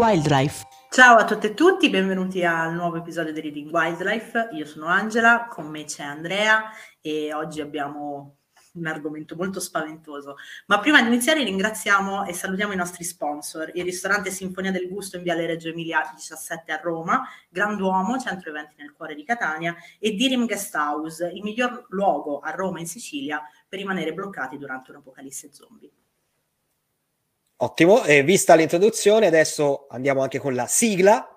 Wildlife. Ciao a tutte e tutti, benvenuti al nuovo episodio di Reading Wildlife. Io sono Angela, con me c'è Andrea e oggi abbiamo un argomento molto spaventoso. Ma prima di iniziare ringraziamo e salutiamo i nostri sponsor, il ristorante Sinfonia del Gusto in Viale Reggio Emilia 17 a Roma, Granduomo, centro eventi nel cuore di Catania, e Dirim Guest House, il miglior luogo a Roma in Sicilia per rimanere bloccati durante un'apocalisse zombie. Ottimo, e vista l'introduzione adesso andiamo anche con la sigla.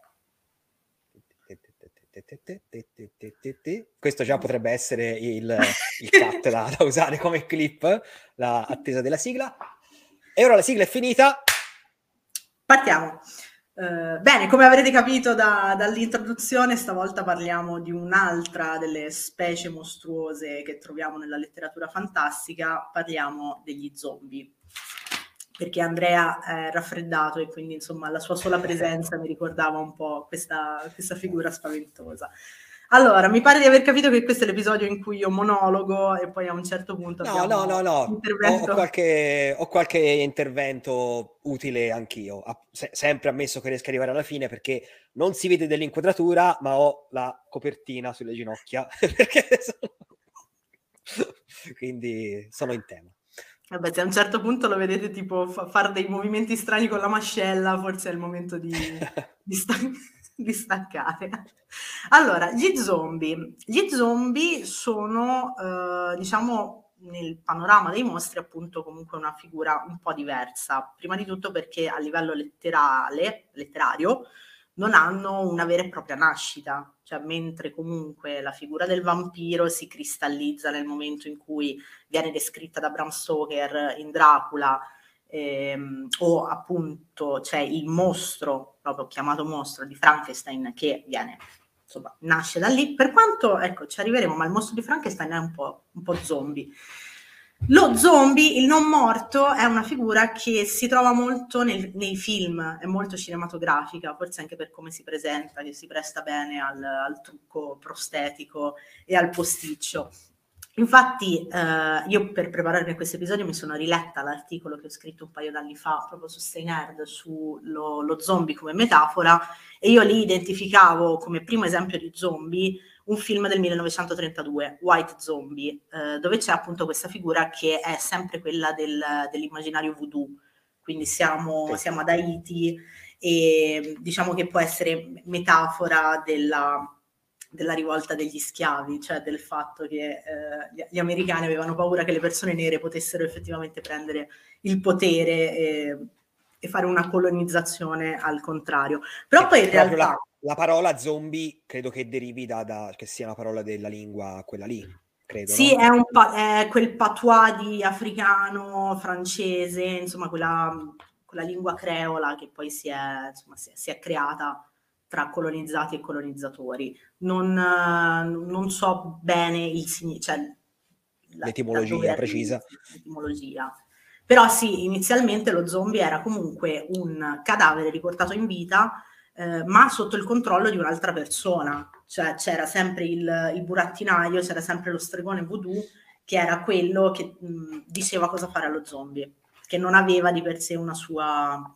Questo già potrebbe essere il cut da usare come clip, la attesa della sigla. E ora la sigla è finita. Partiamo. Bene, come avrete capito dall'introduzione, stavolta parliamo di un'altra delle specie mostruose che troviamo nella letteratura fantastica. Parliamo degli zombie, perché Andrea è raffreddato e quindi insomma la sua sola presenza mi ricordava un po' questa figura spaventosa. Allora, mi pare di aver capito che questo è l'episodio in cui io monologo e poi a un certo punto No, intervento. Ho qualche intervento utile anch'io, sempre ammesso che riesca ad arrivare alla fine, perché non si vede dell'inquadratura, ma ho la copertina sulle ginocchia, quindi sono in tema. Vabbè, se a un certo punto lo vedete tipo fare dei movimenti strani con la mascella, forse è il momento di staccare. Allora, gli zombie sono, diciamo, nel panorama dei mostri appunto comunque una figura un po' diversa. Prima di tutto perché a livello letterario, non hanno una vera e propria nascita, cioè mentre comunque la figura del vampiro si cristallizza nel momento in cui viene descritta da Bram Stoker in Dracula, o appunto c'è il mostro, proprio chiamato mostro di Frankenstein, che viene, insomma, nasce da lì. Per quanto, ecco, ci arriveremo, ma il mostro di Frankenstein è un po' zombie. Lo zombie, il non morto, è una figura che si trova molto nei film, è molto cinematografica, forse anche per come si presenta, che si presta bene al trucco prostetico e al posticcio. Infatti io per prepararmi a questo episodio mi sono riletta l'articolo che ho scritto un paio d'anni fa proprio su Stay Nerd sullo zombie come metafora, e io lì identificavo come primo esempio di zombie un film del 1932, White Zombie, dove c'è appunto questa figura che è sempre quella dell'immaginario voodoo, quindi siamo ad Haiti e diciamo che può essere metafora della rivolta degli schiavi, cioè del fatto che gli americani avevano paura che le persone nere potessero effettivamente prendere il potere e fare una colonizzazione al contrario. Però poi in realtà la parola zombie credo che derivi che sia una parola della lingua quella lì, credo. Sì, no? è quel patois di africano, francese, insomma quella lingua creola che poi si è creata tra colonizzati e colonizzatori. Non so bene l'etimologia precisa. L'etimologia. Però sì, inizialmente lo zombie era comunque un cadavere riportato in vita, ma sotto il controllo di un'altra persona. Cioè c'era sempre il burattinaio, c'era sempre lo stregone voodoo, che era quello che diceva cosa fare allo zombie, che non aveva di per sé una sua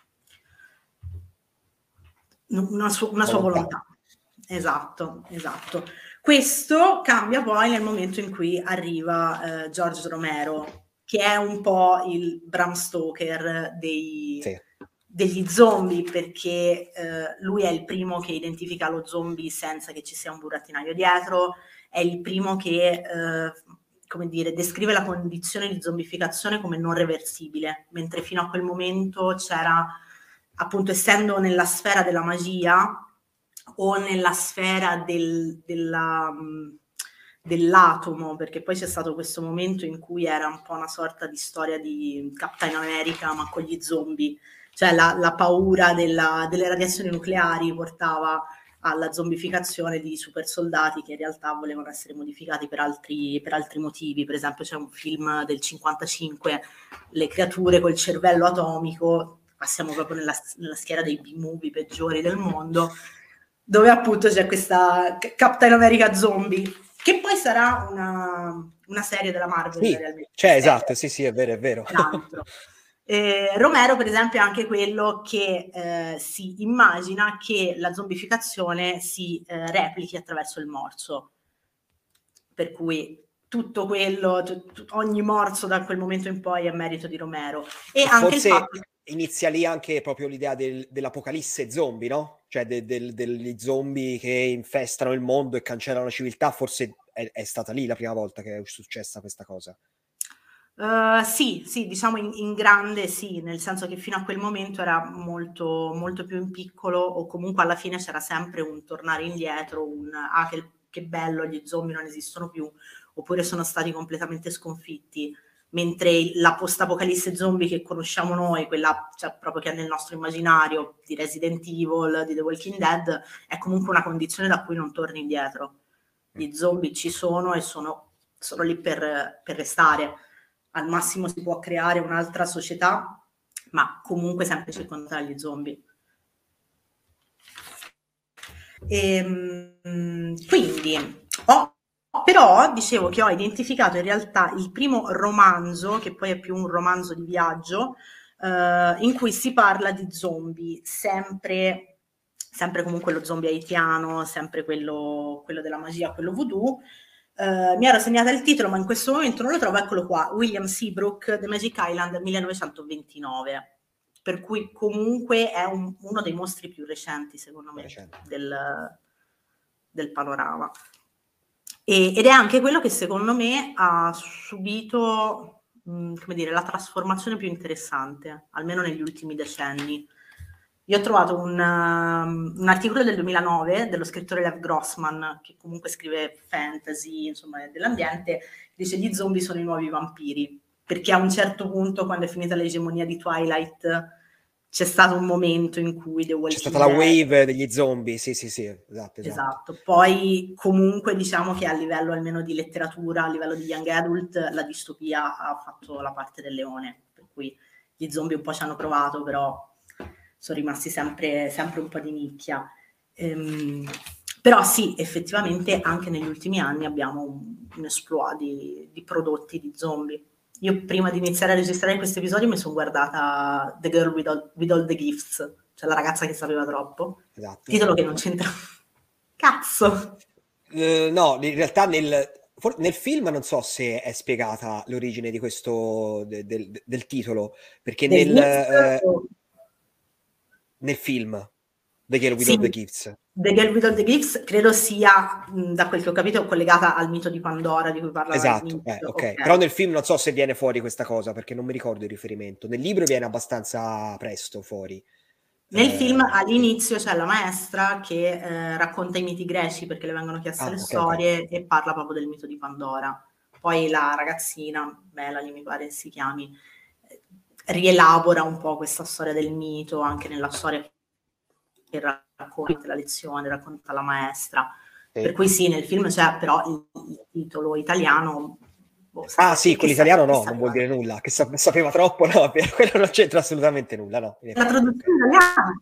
volontà. Esatto. Questo cambia poi nel momento in cui arriva George Romero, che è un po' il Bram Stoker degli zombie, perché lui è il primo che identifica lo zombie senza che ci sia un burattinaio dietro, è il primo che come dire, descrive la condizione di zombificazione come non reversibile, mentre fino a quel momento c'era, appunto, essendo nella sfera della magia o nella sfera dell'atomo, perché poi c'è stato questo momento in cui era un po' una sorta di storia di Captain America ma con gli zombie, cioè la paura delle radiazioni nucleari portava alla zombificazione di super soldati che in realtà volevano essere modificati per altri motivi. Per esempio c'è un film del 55, Le creature col cervello atomico, passiamo proprio nella schiera dei B-movie peggiori del mondo, dove appunto c'è questa Captain America Zombie, che poi sarà una serie della Marvel, sì, realmente. Esatto, sì, è vero. Romero, per esempio, è anche quello che si immagina che la zombificazione si replichi attraverso il morso. Per cui tutto quello, ogni morso da quel momento in poi è merito di Romero. E anche il forse fatto... inizia lì anche proprio l'idea dell'apocalisse zombie, no? Cioè degli zombie che infestano il mondo e cancellano la civiltà, forse è stata lì la prima volta che è successa questa cosa. Sì, diciamo in grande sì, nel senso che fino a quel momento era molto, molto più in piccolo, o comunque alla fine c'era sempre un tornare indietro, che bello, gli zombie non esistono più, oppure sono stati completamente sconfitti, mentre la post-apocalisse zombie che conosciamo noi, quella cioè, proprio che è nel nostro immaginario di Resident Evil, di The Walking Dead, è comunque una condizione da cui non torni indietro. Gli zombie ci sono e sono lì per restare. Al massimo si può creare un'altra società, ma comunque sempre circondata dagli zombie. Quindi però dicevo che ho identificato in realtà il primo romanzo, che poi è più un romanzo di viaggio, in cui si parla di zombie, sempre comunque lo zombie haitiano, sempre quello della magia, quello voodoo. Mi ero segnata il titolo, ma in questo momento non lo trovo, eccolo qua, William Seabrook, The Magic Island 1929, per cui comunque è uno dei mostri più recenti, secondo me, del panorama. Ed è anche quello che secondo me ha subito, come dire, la trasformazione più interessante, almeno negli ultimi decenni. Io ho trovato un articolo del 2009 dello scrittore Lev Grossman, che comunque scrive fantasy, insomma, dell'ambiente, dice gli zombie sono i nuovi vampiri, perché a un certo punto, quando è finita l'egemonia di Twilight, c'è stato un momento in cui The Walking C'è stata la wave degli zombie, sì, esatto. Poi comunque diciamo che a livello almeno di letteratura, a livello di young adult, la distopia ha fatto la parte del leone, per cui gli zombie un po' ci hanno provato, però sono rimasti sempre un po' di nicchia. Però sì, effettivamente anche negli ultimi anni abbiamo un exploit di prodotti di zombie. Io prima di iniziare a registrare questo episodio mi sono guardata The Girl with all the Gifts, cioè la ragazza che sapeva troppo. Esatto. Titolo che non c'entra. Cazzo! No, in realtà nel film non so se è spiegata l'origine di questo del titolo, perché nel film The Girl with All the Gifts. The Girl with All the Gifts credo sia, da quel che ho capito, collegata al mito di Pandora di cui parlava esatto, okay. Però nel film non so se viene fuori questa cosa, perché non mi ricordo il riferimento. Nel libro viene abbastanza presto fuori. Nel film all'inizio c'è la maestra che racconta i miti greci perché le vengono chieste le storie e parla proprio del mito di Pandora. Poi la ragazzina, Melanie mi pare si chiami, rielabora un po' questa storia del mito anche nella storia che racconta la lezione, racconta la maestra. Sì. Per cui sì, nel film c'è però il titolo italiano. Sì, quell'italiano no, non vuol dire nulla, che sapeva troppo, no, quello non c'entra assolutamente nulla, no. La traduzione italiana.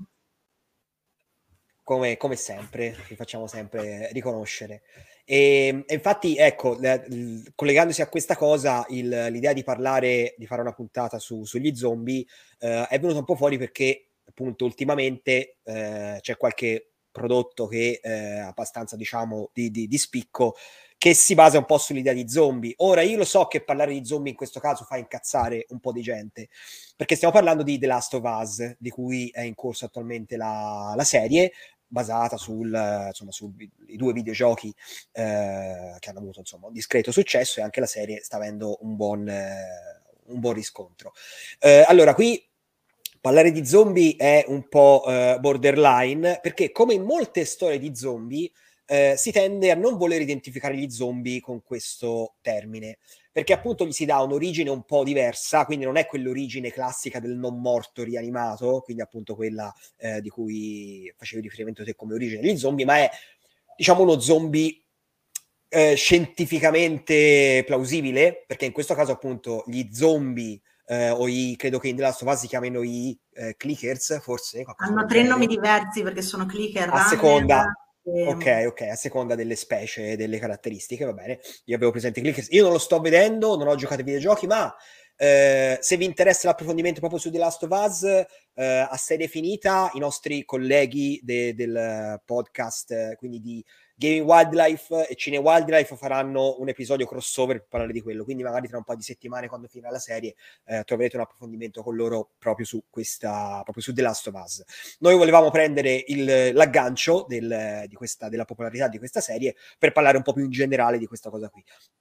Come sempre, vi facciamo sempre riconoscere. E infatti, ecco, collegandosi a questa cosa, l'idea di fare una puntata sugli zombie è venuta un po' fuori perché, appunto, ultimamente c'è qualche prodotto che è abbastanza, diciamo, di spicco, che si basa un po' sull'idea di zombie. Ora, io lo so che parlare di zombie in questo caso fa incazzare un po' di gente, perché stiamo parlando di The Last of Us, di cui è in corso attualmente la serie, basata sui due videogiochi che hanno avuto, insomma, un discreto successo, e anche la serie sta avendo un buon riscontro. Allora, qui parlare di zombie è un po' borderline, perché come in molte storie di zombie si tende a non voler identificare gli zombie con questo termine, perché appunto gli si dà un'origine un po' diversa, quindi non è quell'origine classica del non morto rianimato, quindi appunto quella di cui facevi riferimento te come origine degli zombie, ma è, diciamo, uno zombie scientificamente plausibile, perché in questo caso appunto gli zombie credo che in The Last of Us si chiamino i clickers, forse hanno tre nomi diversi perché sono clicker a seconda. Ok, a seconda delle specie e delle caratteristiche, va bene. Io avevo presente Clickers. Io non lo sto vedendo, non ho giocato ai videogiochi, ma Se vi interessa l'approfondimento proprio su The Last of Us, a serie finita, i nostri colleghi del podcast, quindi di Gaming Wildlife e Cine Wildlife, faranno un episodio crossover per parlare di quello, quindi magari tra un po' di settimane, quando finirà la serie, troverete un approfondimento con loro proprio su The Last of Us. Noi volevamo prendere l'aggancio della popolarità di questa serie per parlare un po' più in generale di questa cosa qui.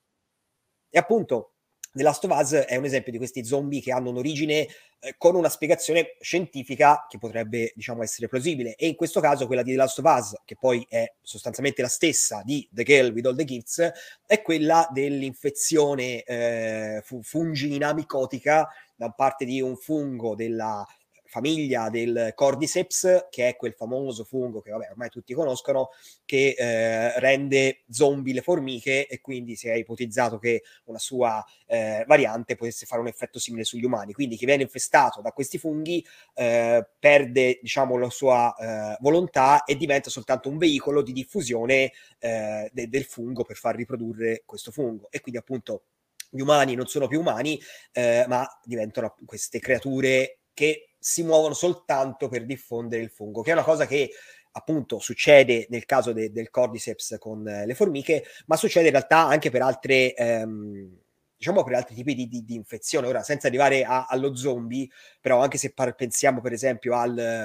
E appunto The Last of Us è un esempio di questi zombie che hanno un'origine con una spiegazione scientifica che potrebbe, diciamo, essere plausibile, e in questo caso quella di The Last of Us, che poi è sostanzialmente la stessa di The Girl with All the Gifts, è quella dell'infezione fungina micotica da parte di un fungo della famiglia del Cordyceps, che è quel famoso fungo che vabbè ormai tutti conoscono, che rende zombie le formiche, e quindi si è ipotizzato che una sua variante potesse fare un effetto simile sugli umani. Quindi chi viene infestato da questi funghi perde, diciamo, la sua volontà e diventa soltanto un veicolo di diffusione del fungo per far riprodurre questo fungo, e quindi appunto gli umani non sono più umani, ma diventano queste creature che si muovono soltanto per diffondere il fungo, che è una cosa che appunto succede nel caso del Cordyceps con le formiche, ma succede in realtà anche per altre diciamo per altri tipi di infezione. Ora, senza arrivare allo zombie, però anche se pensiamo per esempio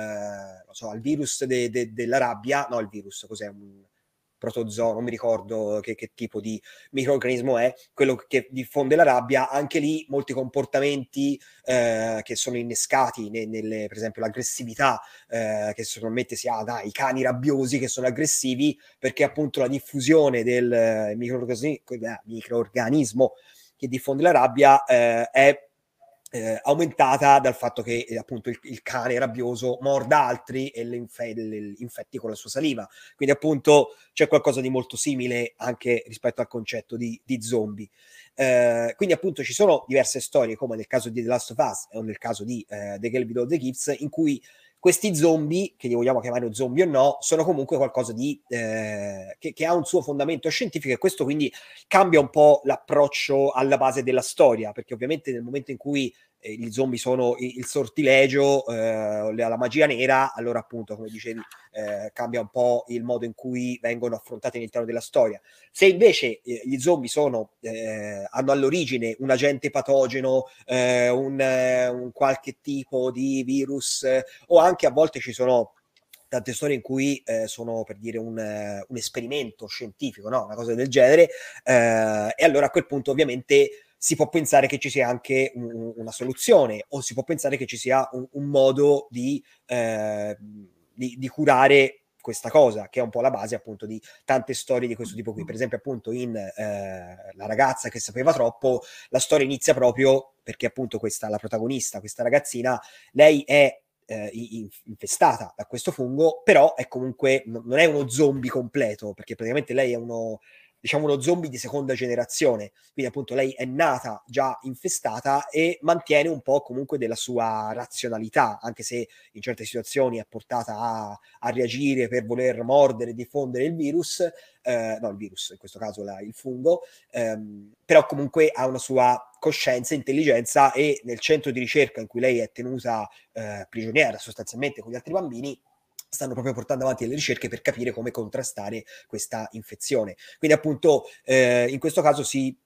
al virus della rabbia, no, il virus, cos'è? Un protozoo, non mi ricordo che tipo di microorganismo è, quello che diffonde la rabbia. Anche lì molti comportamenti che sono innescati per esempio l'aggressività che solamente si ha dai cani rabbiosi che sono aggressivi, perché appunto la diffusione del microorganismo che diffonde la rabbia è aumentata dal fatto che appunto il cane rabbioso morda altri e le infetti con la sua saliva. Quindi appunto c'è qualcosa di molto simile anche rispetto al concetto di zombie. Quindi appunto ci sono diverse storie, come nel caso di The Last of Us o nel caso di The Girl with All the Gifts, in cui questi zombie, che li vogliamo chiamare zombie o no, sono comunque qualcosa di che ha un suo fondamento scientifico, e questo quindi cambia un po' l'approccio alla base della storia, perché ovviamente nel momento in cui gli zombie sono il sortilegio, la magia nera, allora appunto, come dicevi, cambia un po' il modo in cui vengono affrontati all'interno della storia. Se invece gli zombie hanno all'origine un agente patogeno, un qualche tipo di virus, o anche a volte ci sono tante storie in cui sono, per dire, un esperimento scientifico, no? Una cosa del genere, e allora a quel punto ovviamente si può pensare che ci sia anche una soluzione, o si può pensare che ci sia un modo di curare questa cosa, che è un po' la base appunto di tante storie di questo tipo qui. Per esempio appunto in La ragazza che sapeva troppo, la storia inizia proprio perché appunto la protagonista, questa ragazzina, lei è infestata da questo fungo, però è comunque non è uno zombie completo, perché praticamente lei è uno zombie di seconda generazione, quindi appunto lei è nata già infestata e mantiene un po' comunque della sua razionalità, anche se in certe situazioni è portata a reagire per voler mordere e diffondere il virus, no, il virus in questo caso il fungo, però comunque ha una sua coscienza, intelligenza, e nel centro di ricerca in cui lei è tenuta prigioniera sostanzialmente con gli altri bambini, stanno proprio portando avanti delle ricerche per capire come contrastare questa infezione. Quindi appunto in questo caso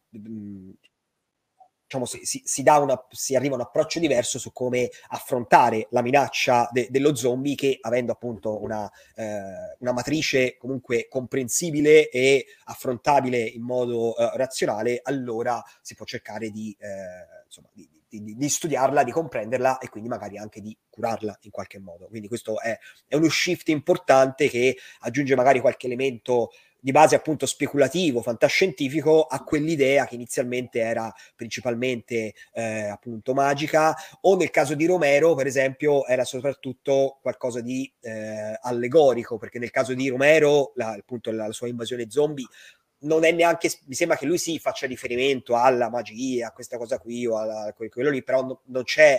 diciamo, si arriva a un approccio diverso su come affrontare la minaccia dello zombie, che avendo appunto una matrice comunque comprensibile e affrontabile in modo razionale, allora si può cercare di studiarla, di comprenderla e quindi magari anche di curarla in qualche modo. Quindi questo è uno shift importante che aggiunge magari qualche elemento di base appunto speculativo, fantascientifico, a quell'idea che inizialmente era principalmente appunto magica, o nel caso di Romero per esempio era soprattutto qualcosa di allegorico, perché nel caso di Romero appunto la sua invasione zombie non è neanche, mi sembra che lui faccia riferimento alla magia, a questa cosa qui o a quello lì, però non c'è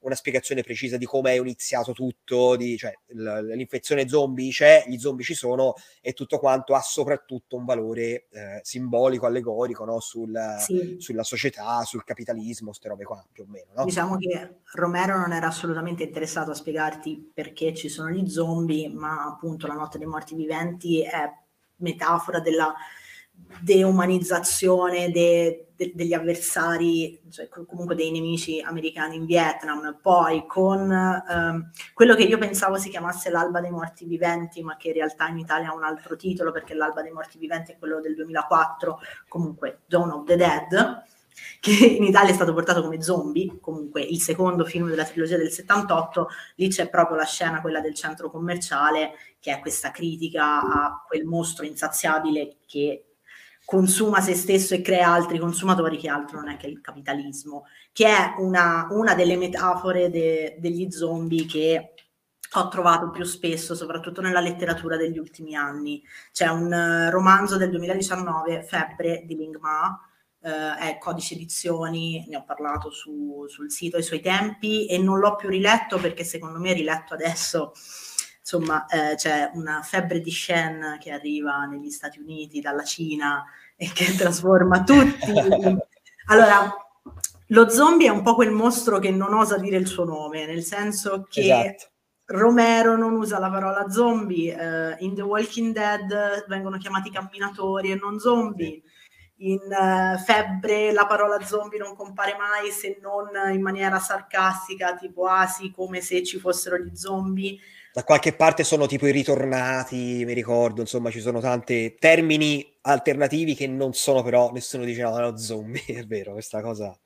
una spiegazione precisa di come è iniziato tutto, cioè l'infezione zombie c'è, gli zombie ci sono, e tutto quanto ha soprattutto un valore simbolico, allegorico, no? Sì. Sulla società, sul capitalismo, queste robe qua, più o meno, no? Diciamo che Romero non era assolutamente interessato a spiegarti perché ci sono gli zombie, ma appunto La notte dei morti viventi è metafora della deumanizzazione degli avversari, cioè comunque dei nemici americani in Vietnam. Poi con quello che io pensavo si chiamasse L'alba dei morti viventi, ma che in realtà in Italia ha un altro titolo, perché L'alba dei morti viventi è quello del 2004, comunque Dawn of the Dead, che in Italia è stato portato come Zombie, comunque il secondo film della trilogia del 78. Lì c'è proprio la scena, quella del centro commerciale, che è questa critica a quel mostro insaziabile che consuma se stesso e crea altri consumatori, che altro non è che il capitalismo, che è una delle metafore degli zombie che ho trovato più spesso, soprattutto nella letteratura degli ultimi anni. C'è un romanzo del 2019, Febbre, di Ling Ma, è Codice Edizioni, ne ho parlato sul sito ai suoi tempi, e non l'ho più riletto perché secondo me riletto adesso, insomma, c'è una febbre di Shen che arriva negli Stati Uniti dalla Cina e che trasforma tutti. Allora, lo zombie è un po' quel mostro che non osa dire il suo nome, nel senso che Esatto. Romero non usa la parola zombie, in The Walking Dead vengono chiamati camminatori e non zombie. Sì. In Febbre la parola zombie non compare mai, se non in maniera sarcastica, tipo sì, come se ci fossero gli zombie. Da qualche parte sono tipo i ritornati, mi ricordo, insomma ci sono tanti termini alternativi che non sono, però nessuno dice no, zombie, è vero questa cosa.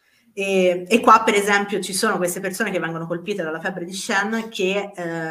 E qua per esempio ci sono queste persone che vengono colpite dalla febbre di Shen che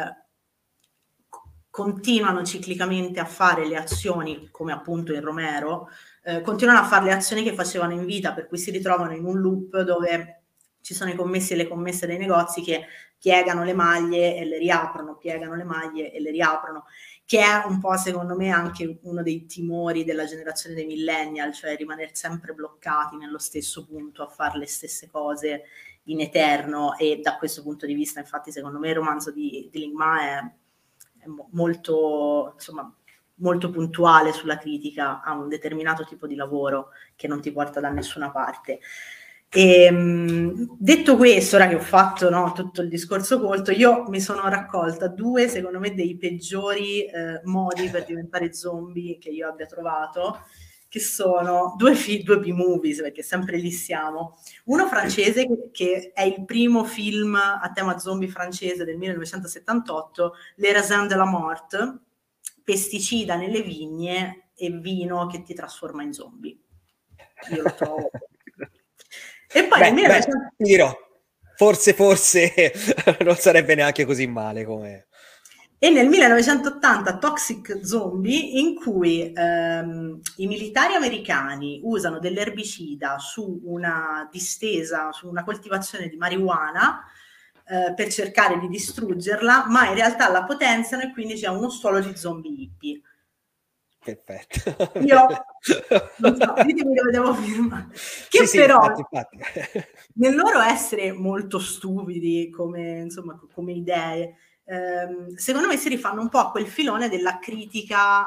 continuano ciclicamente a fare le azioni, come appunto in Romero, continuano a fare le azioni che facevano in vita, per cui si ritrovano in un loop dove ci sono i commessi e le commesse dei negozi che piegano le maglie e le riaprono, piegano le maglie e le riaprono, che è un po' secondo me anche uno dei timori della generazione dei millennial, cioè rimanere sempre bloccati nello stesso punto a fare le stesse cose in eterno. E da questo punto di vista infatti secondo me il romanzo di Ling Ma è molto, insomma, molto puntuale sulla critica a un determinato tipo di lavoro che non ti porta da nessuna parte. E, detto questo, ora che ho fatto tutto il discorso colto, io mi sono raccolta due, secondo me, dei peggiori modi per diventare zombie che io abbia trovato, che sono due B-movies, perché sempre lì siamo. Uno francese, che è il primo film a tema zombie francese del 1978, Les Raisins de la Mort, pesticida nelle vigne e vino che ti trasforma in zombie. Io lo trovo. E poi nel 1900... ti dirò, forse non sarebbe neanche così male come... E nel 1980 Toxic Zombie, in cui i militari americani usano dell'erbicida su una distesa, su una coltivazione di marijuana per cercare di distruggerla, ma in realtà la potenziano e quindi c'è uno stuolo di zombie hippie. Perfetto. Io non so, ditemi dove devo firmare. Che sì, però, infatti. nel loro essere molto stupidi come idee, secondo me si rifanno un po' a quel filone della critica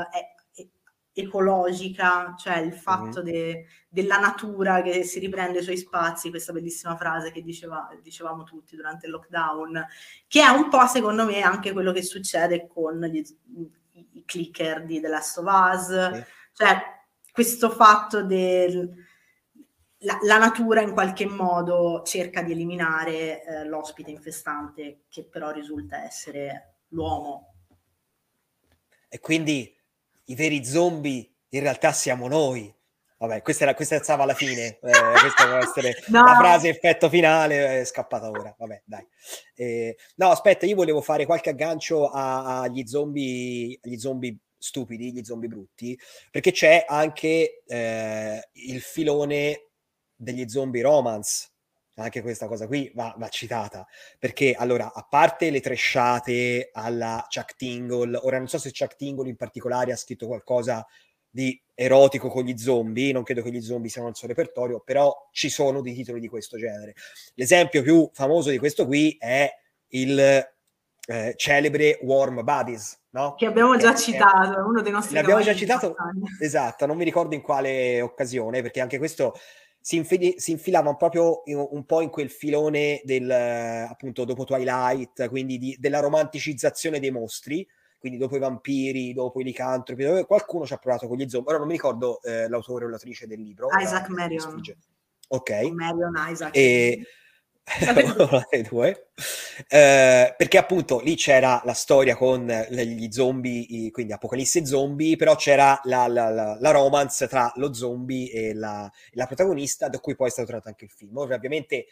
ecologica, cioè il fatto della natura che si riprende i suoi spazi, questa bellissima frase che dicevamo tutti durante il lockdown, che è un po' secondo me anche quello che succede con i clicker di The Last of Us, cioè questo fatto la natura in qualche modo cerca di eliminare l'ospite infestante, che però risulta essere l'uomo. E quindi i veri zombie in realtà siamo noi. Vabbè, questa stava alla fine, questa deve essere la frase effetto finale, è scappata ora, vabbè dai. No, aspetta, io volevo fare qualche aggancio agli zombie stupidi, gli zombie brutti, perché c'è anche il filone degli zombie romance. Anche questa cosa qui va citata, perché allora, a parte le tresciate alla Chuck Tingle, ora non so se Chuck Tingle in particolare ha scritto qualcosa di erotico con gli zombie, non credo che gli zombie siano il suo repertorio, però ci sono dei titoli di questo genere. L'esempio più famoso di questo qui è il celebre Warm Bodies, no? Che abbiamo già È citato, è uno dei nostri l'abbiamo già cavalli di citato, battaglia. esatto, non mi ricordo in quale occasione, perché anche questo si infilava proprio un po' in quel filone del, appunto, dopo Twilight, quindi della romanticizzazione dei mostri, quindi dopo i vampiri, dopo i licantropi, dove qualcuno ci ha provato con gli zombie. Ora non mi ricordo l'autore o l'autrice del libro, ora Isaac mi Marion, sfugge. Ok. o Marion Isaac, E una delle due. una dei due. Perché appunto lì c'era la storia con gli zombie, quindi Apocalisse zombie, però c'era la romance tra lo zombie e la protagonista, da cui poi è stato tratto anche il film. Ora, ovviamente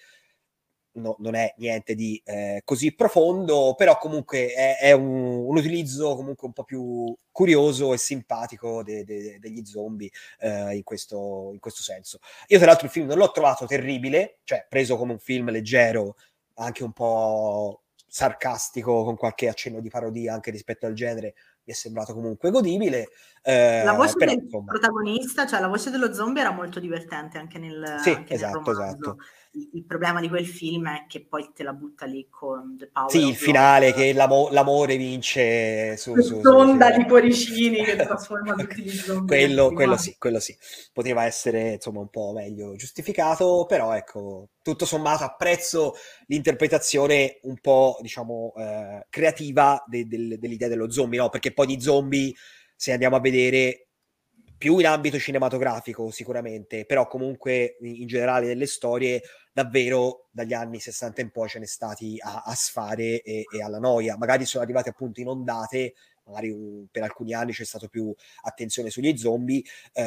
non è niente di così profondo, però comunque è un utilizzo comunque un po' più curioso e simpatico degli zombie in questo senso. Io tra l'altro il film non l'ho trovato terribile, cioè preso come un film leggero, anche un po' sarcastico, con qualche accenno di parodia anche rispetto al genere, mi è sembrato comunque godibile. La voce Però del insomma, protagonista, cioè la voce dello zombie era molto divertente sì, anche nel esatto, romanzo. esatto. Il problema di quel film è che poi te la butta lì con The Power Sì, il of finale Love, che l'amore vince quest'onda di cuoricini che trasforma tutti gli zombie in esseri umani. quello sì, poteva essere insomma un po' meglio giustificato, però ecco, tutto sommato apprezzo l'interpretazione un po', diciamo, creativa dell'idea dello zombie, no? Perché poi di zombie, se andiamo a vedere, più in ambito cinematografico sicuramente, però comunque in generale nelle storie, davvero dagli anni 60 in poi ce ne stati a sfare e alla noia. Magari sono arrivati appunto in ondate, magari per alcuni anni c'è stato più attenzione sugli zombie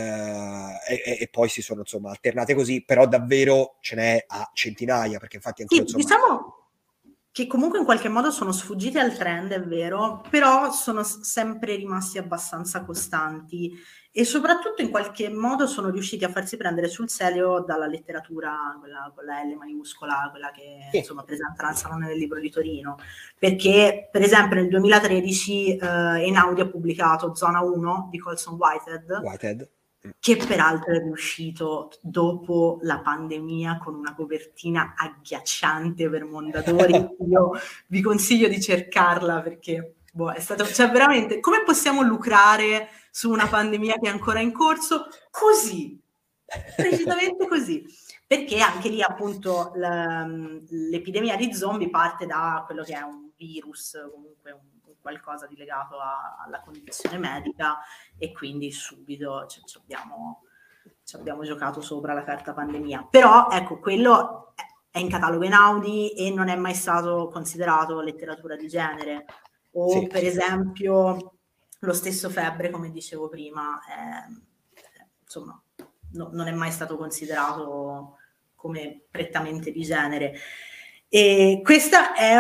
e poi si sono insomma alternate così, però davvero ce n'è a centinaia, perché infatti anch'io Sì, insomma... diciamo che comunque in qualche modo sono sfuggiti al trend, è vero, però sono sempre rimasti abbastanza costanti e soprattutto in qualche modo sono riusciti a farsi prendere sul serio dalla letteratura, quella con la L maiuscola, quella che Sì, insomma presenta al Salone del Libro di Torino, perché per esempio nel 2013 Einaudi ha pubblicato Zona 1 di Colson Whitehead, Whitehead. che peraltro è riuscito dopo la pandemia con una copertina agghiacciante per Mondadori. Io vi consiglio di cercarla perché è stato, cioè veramente, come possiamo lucrare su una pandemia che è ancora in corso? Così, precisamente così. Perché anche lì appunto l'epidemia di zombie parte da quello che è un virus, comunque un qualcosa di legato alla condizione medica e quindi subito ci abbiamo giocato sopra la carta pandemia. Però ecco, quello è in catalogo Einaudi e non è mai stato considerato letteratura di genere. O Sì, per esempio lo stesso Febbre, come dicevo prima, insomma, non è mai stato considerato come prettamente di genere. E questa è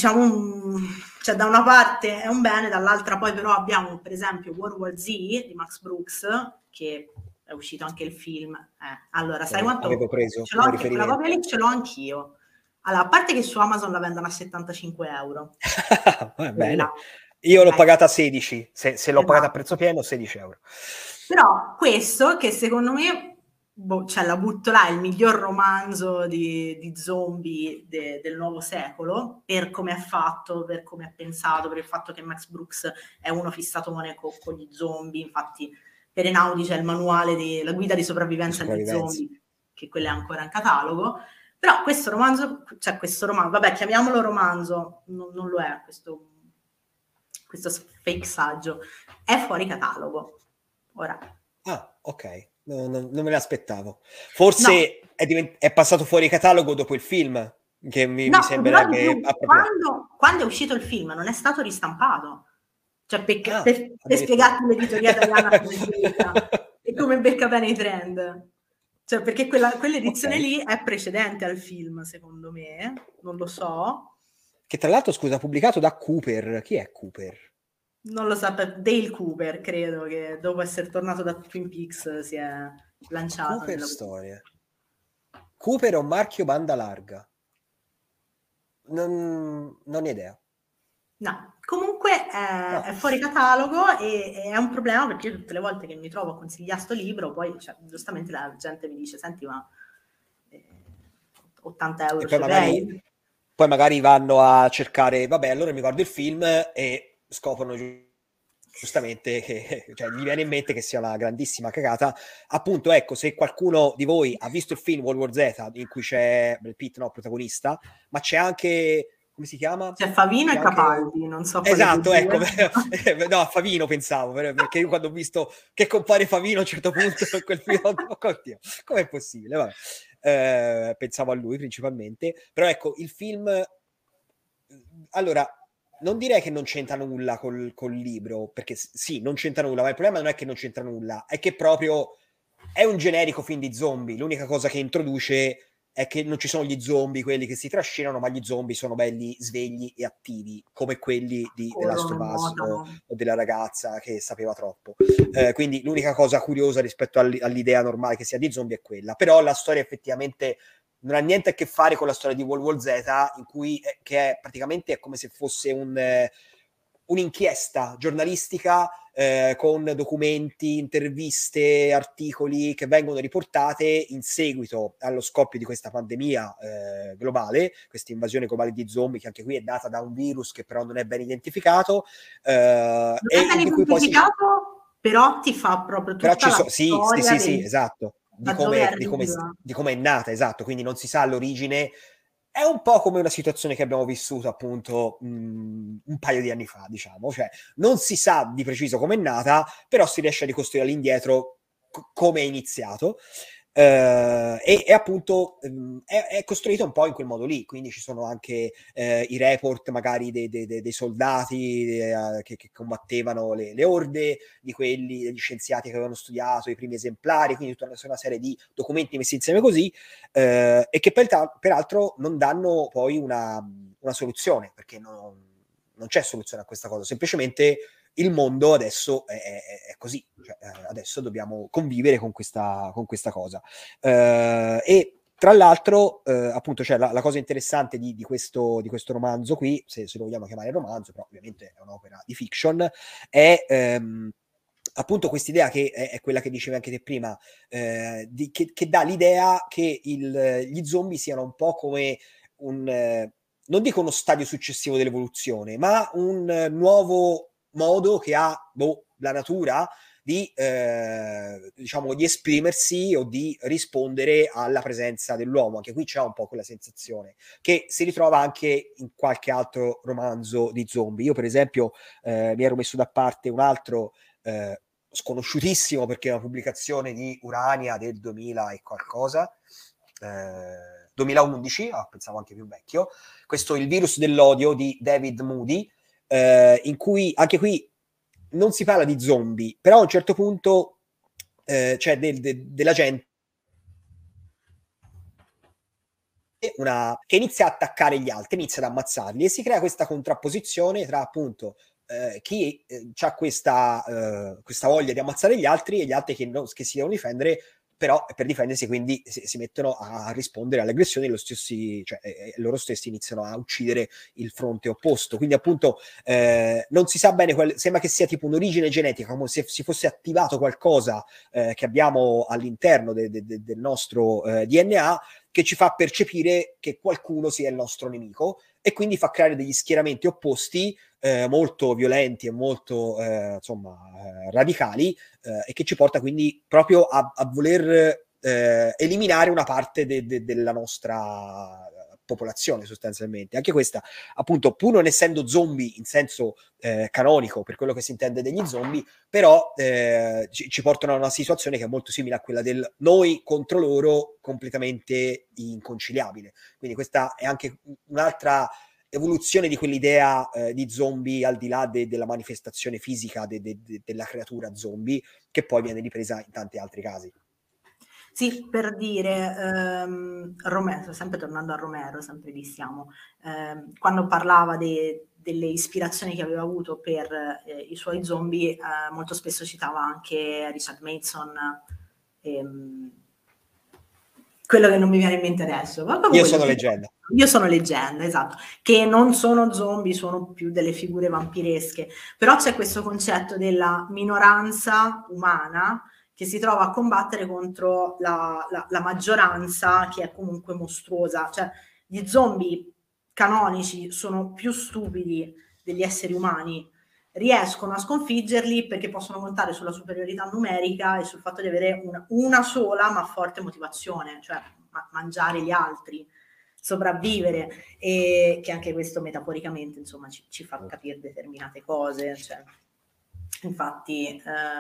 cioè da una parte è un bene, dall'altra poi però abbiamo per esempio World War Z di Max Brooks, che è uscito anche il film. Allora, sai quanto avevo preso ce l'ho come anche quella copia riferimento. lì, ce l'ho anch'io. Allora, a parte che su Amazon la vendono a 75 euro. Bene. Quella, Io l'ho ok. pagata a 16, se l'ho pagata a prezzo Esatto. pieno 16 euro. Però questo, che secondo me, cioè la butto là, è il miglior romanzo di zombie del nuovo secolo, per come è fatto, per come è pensato, per il fatto che Max Brooks è uno fissato con gli zombie. Infatti per Einaudi c'è il manuale la guida di sopravvivenza agli zombie, che quello è ancora in catalogo. Però questo romanzo, vabbè, chiamiamolo romanzo, non lo è, questo fake saggio, è fuori catalogo. Ora. Ah, ok, non me l'aspettavo. No, Forse è passato fuori catalogo dopo il film, che mi no, ti dirò di sembrerebbe più, appropriato. quando è uscito il film non è stato ristampato. Cioè, Ah, per addirittura. spiegarti l'editoria italiana come becca e come becca bene i trend. Cioè, perché quell'edizione Ok. lì è precedente al film, secondo me, non lo so. Che tra l'altro, scusa, pubblicato da Cooper. Chi è Cooper? Non lo so, Dale Cooper, credo, che dopo essere tornato da Twin Peaks si è lanciato Cooper nella... Storie. Cooper è un marchio banda larga. Non ho idea. No, comunque No. è fuori catalogo e è un problema perché io tutte le volte che mi trovo a consigliare sto libro, poi cioè, giustamente la gente mi dice, senti, ma eh, 80 E euro su eBay? poi magari vanno a cercare, vabbè, allora mi guardo il film e scoprono giustamente che cioè, gli viene in mente che sia una grandissima cagata. Appunto, ecco, se qualcuno di voi ha visto il film World War Z, in cui c'è Brad Pitt, no, protagonista, ma c'è anche, come si chiama? C'è Favino e C'è anche... Capaldi, non so quale dei Esatto, due. ecco, no, a Favino pensavo, perché io quando ho visto che compare Favino a un certo punto in quel film, oddio, com'è possibile? Vabbè. Pensavo a lui principalmente, però ecco, il film, allora, non direi che non c'entra nulla col libro, perché sì, non c'entra nulla, ma il problema non è che non c'entra nulla, è che proprio è un generico film di zombie, l'unica cosa che introduce è che non ci sono gli zombie, quelli che si trascinano, ma gli zombie sono belli svegli e attivi, come quelli di The Last Corrono of e Us nuotano. o della ragazza che sapeva troppo. Quindi l'unica cosa curiosa rispetto all'idea normale che sia di zombie è quella, però la storia effettivamente non ha niente a che fare con la storia di World War Z, in cui che è praticamente è come se fosse un'inchiesta giornalistica con documenti, interviste, articoli che vengono riportate in seguito allo scoppio di questa pandemia globale, questa invasione globale di zombie, che anche qui è data da un virus che però non è ben identificato, Non è ben di cui poi identificato, però ti fa proprio però tutta la sì, storia sì, esatto, da dove arriva. di come è nata, esatto, quindi non si sa l'origine. È un po' come una situazione che abbiamo vissuto appunto un paio di anni fa, diciamo, cioè non si sa di preciso come è nata, però si riesce a ricostruire all'indietro come è iniziato. E appunto è costruito un po' in quel modo lì, quindi ci sono anche i report magari dei soldati che combattevano le orde, di quelli degli scienziati che avevano studiato i primi esemplari, quindi tutta una serie di documenti messi insieme così, e che peraltro non danno poi una soluzione, perché non c'è soluzione a questa cosa, semplicemente il mondo adesso è così, cioè, adesso dobbiamo convivere con questa cosa. E tra l'altro, appunto, cioè, la cosa interessante di questo romanzo qui, se lo vogliamo chiamare romanzo, però ovviamente è un'opera di fiction, è appunto quest'idea che è quella che dicevi anche te prima, che dà l'idea che gli zombie siano un po' come non dico uno stadio successivo dell'evoluzione, ma un nuovo modo che ha la natura di, diciamo, di esprimersi o di rispondere alla presenza dell'uomo. Anche qui c'è un po' quella sensazione che si ritrova anche in qualche altro romanzo di zombie. Io per esempio mi ero messo da parte un altro sconosciutissimo, perché è una pubblicazione di Urania del 2000 e qualcosa, 2011, pensavo anche più vecchio, questo Il virus dell'odio di David Moody, in cui anche qui non si parla di zombie, però a un certo punto c'è della gente che inizia a attaccare gli altri, inizia ad ammazzarli, e si crea questa contrapposizione tra appunto chi ha questa voglia di ammazzare gli altri e gli altri che si devono difendere, però per difendersi quindi si mettono a rispondere alle aggressioni, loro stessi iniziano a uccidere il fronte opposto. Quindi appunto non si sa bene, sembra che sia tipo un'origine genetica, come se si fosse attivato qualcosa che abbiamo all'interno del nostro DNA, che ci fa percepire che qualcuno sia il nostro nemico, e quindi fa creare degli schieramenti opposti molto violenti e molto radicali, e che ci porta quindi proprio a voler eliminare una parte della nostra popolazione, sostanzialmente. Anche questa, appunto, pur non essendo zombie in senso canonico, per quello che si intende degli zombie, però ci portano a una situazione che è molto simile a quella del noi contro loro, completamente inconciliabile. Quindi questa è anche un'altra evoluzione di quell'idea di zombie, al di là della manifestazione fisica della creatura zombie, che poi viene ripresa in tanti altri casi. Sì, per dire, Romero, sempre tornando a Romero, sempre lì siamo, quando parlava delle ispirazioni che aveva avuto per i suoi zombie, molto spesso citava anche Richard Mason, quello che non mi viene in mente adesso. Ma proprio Io quello, sono leggenda. io sono leggenda, esatto, che non sono zombie, sono più delle figure vampiresche, però c'è questo concetto della minoranza umana che si trova a combattere contro la maggioranza che è comunque mostruosa, cioè gli zombie canonici sono più stupidi degli esseri umani, riescono a sconfiggerli perché possono contare sulla superiorità numerica e sul fatto di avere una sola ma forte motivazione, cioè mangiare gli altri, sopravvivere, e che anche questo metaforicamente insomma ci fa capire determinate cose, cioè, infatti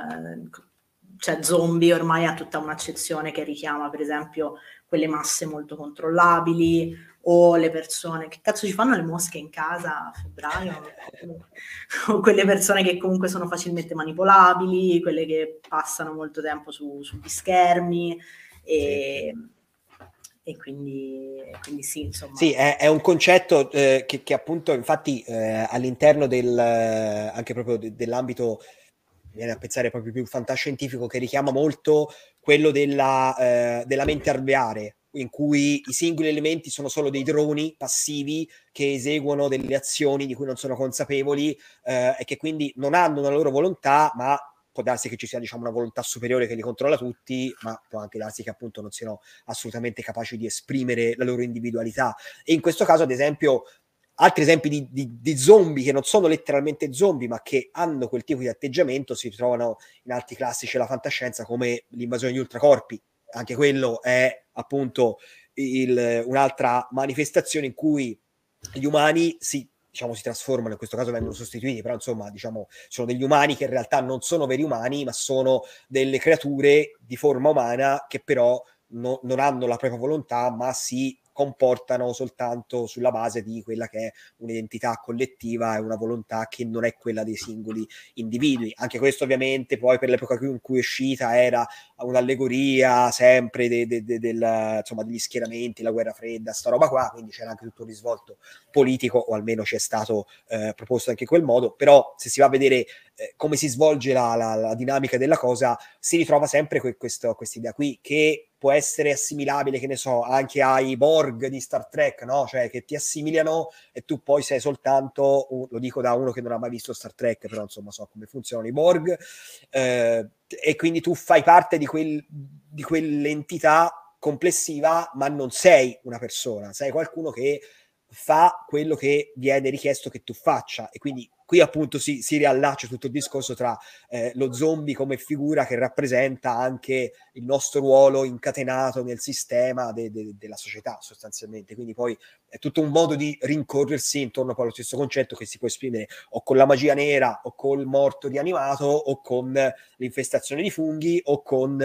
cioè zombie ormai ha tutta un'accezione che richiama per esempio quelle masse molto controllabili o le persone, che cazzo ci fanno le mosche in casa a febbraio? O quelle persone che comunque sono facilmente manipolabili, quelle che passano molto tempo sugli schermi e, e quindi sì, insomma. Sì, è un concetto che appunto infatti all'interno anche proprio dell'ambito, viene a pensare proprio più fantascientifico, che richiama molto quello della mente alveare, in cui i singoli elementi sono solo dei droni passivi che eseguono delle azioni di cui non sono consapevoli e che quindi non hanno una loro volontà, ma può darsi che ci sia, diciamo, una volontà superiore che li controlla tutti, ma può anche darsi che appunto non siano assolutamente capaci di esprimere la loro individualità. E in questo caso, ad esempio, altri esempi di zombie che non sono letteralmente zombie, ma che hanno quel tipo di atteggiamento, si trovano in altri classici della fantascienza, come l'invasione degli ultracorpi. Anche quello è appunto un'altra manifestazione in cui gli umani si trasformano, in questo caso vengono sostituiti, però insomma, diciamo, sono degli umani che in realtà non sono veri umani, ma sono delle creature di forma umana che però non hanno la propria volontà, ma si comportano soltanto sulla base di quella che è un'identità collettiva e una volontà che non è quella dei singoli individui. Anche questo ovviamente poi per l'epoca in cui è uscita era un'allegoria sempre insomma, degli schieramenti, la guerra fredda, sta roba qua, quindi c'era anche tutto un risvolto politico, o almeno ci è stato proposto anche in quel modo, però se si va a vedere come si svolge la dinamica della cosa, si ritrova sempre questa idea qui, che può essere assimilabile, che ne so, anche ai Borg di Star Trek, no? Cioè che ti assimiliano e tu poi sei soltanto, lo dico da uno che non ha mai visto Star Trek, però insomma so come funzionano i Borg, e quindi tu fai parte di quell'entità complessiva, ma non sei una persona, sei qualcuno che fa quello che viene richiesto che tu faccia, e quindi qui appunto si riallaccia tutto il discorso tra lo zombie come figura che rappresenta anche il nostro ruolo incatenato nel sistema della società sostanzialmente, quindi poi è tutto un modo di rincorrersi intorno poi allo stesso concetto, che si può esprimere o con la magia nera o col morto rianimato o con l'infestazione di funghi o con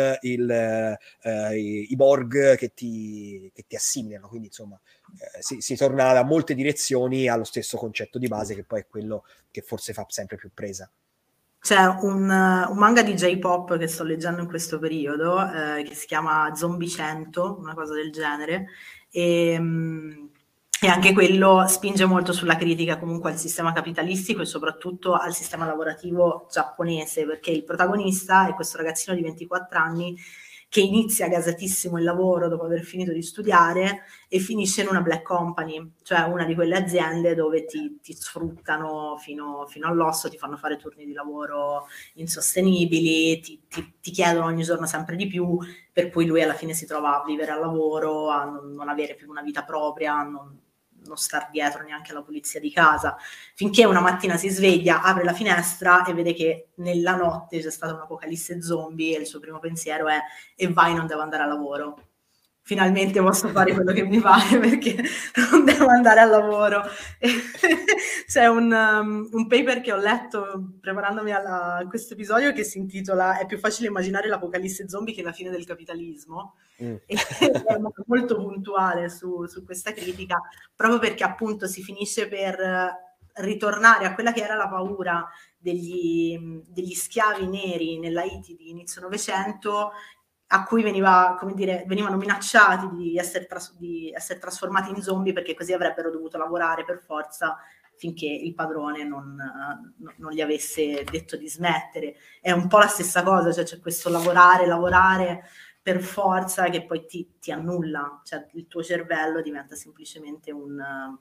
i Borg che ti assimilano, quindi insomma si torna da molte direzioni allo stesso concetto di base, che poi è quello che forse fa sempre più presa. C'è un manga di J-pop che sto leggendo in questo periodo che si chiama Zombie 100, una cosa del genere, e anche quello spinge molto sulla critica comunque al sistema capitalistico e soprattutto al sistema lavorativo giapponese, perché il protagonista è questo ragazzino di 24 anni che inizia gasatissimo il lavoro dopo aver finito di studiare e finisce in una black company, cioè una di quelle aziende dove ti sfruttano fino all'osso, ti fanno fare turni di lavoro insostenibili, ti chiedono ogni giorno sempre di più, per cui lui alla fine si trova a vivere al lavoro, a non avere più una vita propria, a non star dietro neanche alla pulizia di casa, finché una mattina si sveglia, apre la finestra e vede che nella notte c'è stata un'apocalisse zombie e il suo primo pensiero è: e vai, non devo andare al lavoro. Finalmente posso fare quello che mi pare perché non devo andare al lavoro. C'è un paper che ho letto preparandomi a questo episodio che si intitola "È più facile immaginare l'apocalisse zombie che la fine del capitalismo", e è molto puntuale su questa critica, proprio perché appunto si finisce per ritornare a quella che era la paura degli schiavi neri nella Haiti di inizio Novecento, a cui venivano minacciati di essere trasformati in zombie perché così avrebbero dovuto lavorare per forza finché il padrone non gli avesse detto di smettere. È un po' la stessa cosa, cioè c'è questo lavorare per forza che poi ti annulla, cioè il tuo cervello diventa semplicemente una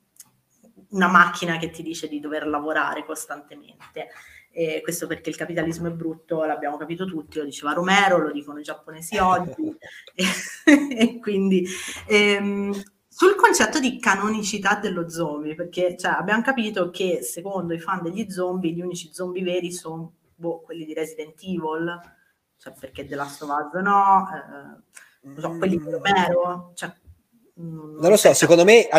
macchina che ti dice di dover lavorare costantemente. E questo perché il capitalismo è brutto, l'abbiamo capito tutti, lo diceva Romero, lo dicono i giapponesi oggi, e quindi sul concetto di canonicità dello zombie, perché cioè, abbiamo capito che secondo i fan degli zombie gli unici zombie veri sono quelli di Resident Evil, cioè perché The Last of Us no, non so, quelli di Romero, cioè, non lo so, secondo me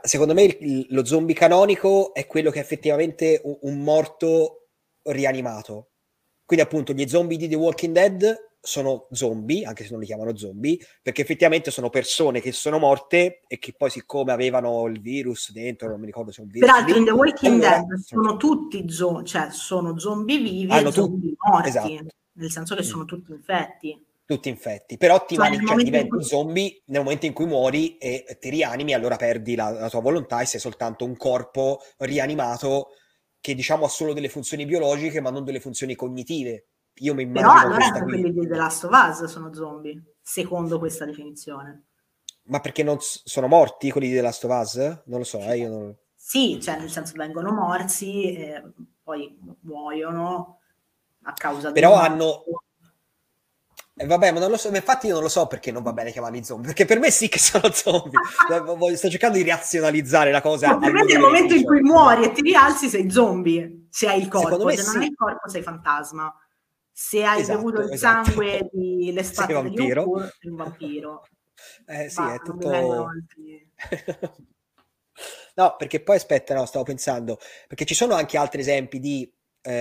lo zombie canonico è quello che è effettivamente un morto rianimato. Quindi appunto gli zombie di The Walking Dead sono zombie, anche se non li chiamano zombie, perché effettivamente sono persone che sono morte e che poi siccome avevano il virus dentro, non mi ricordo se è un virus peraltro lì, in The Walking allora Dead sono tutti cioè sono zombie vivi hanno e zombie morti, esatto. nel senso che sono tutti infetti. Tutti infetti, però Cioè, nel momento diventi in un cui... zombie nel momento in cui muori e ti rianimi, allora perdi la tua volontà e sei soltanto un corpo rianimato che diciamo ha solo delle funzioni biologiche ma non delle funzioni cognitive. Io mi Però immagino allora questa anche qui. quelli di The Last of Us sono zombie, secondo questa definizione. Ma perché non sono morti quelli di The Last of Us? Non lo so, Sì, io non... sì, cioè nel senso vengono morsi, poi muoiono a causa del Però morso. hanno... vabbè, ma non lo so, infatti io non lo so perché non va bene chiamarli zombie, perché per me sì che sono zombie. Sto cercando di razionalizzare la cosa Per al me loro nel momento in beneficio. cui muori e ti rialzi sei zombie, se hai il Secondo corpo, me se non hai sì, il corpo sei fantasma. Se hai bevuto esatto, il esatto. sangue le Sei spazze degli vampiro. Uhur, sei un vampiro. Sì, è Basta, non mi vengono tutto... altri... No, perché poi aspetta, no, stavo pensando, perché ci sono anche altri esempi di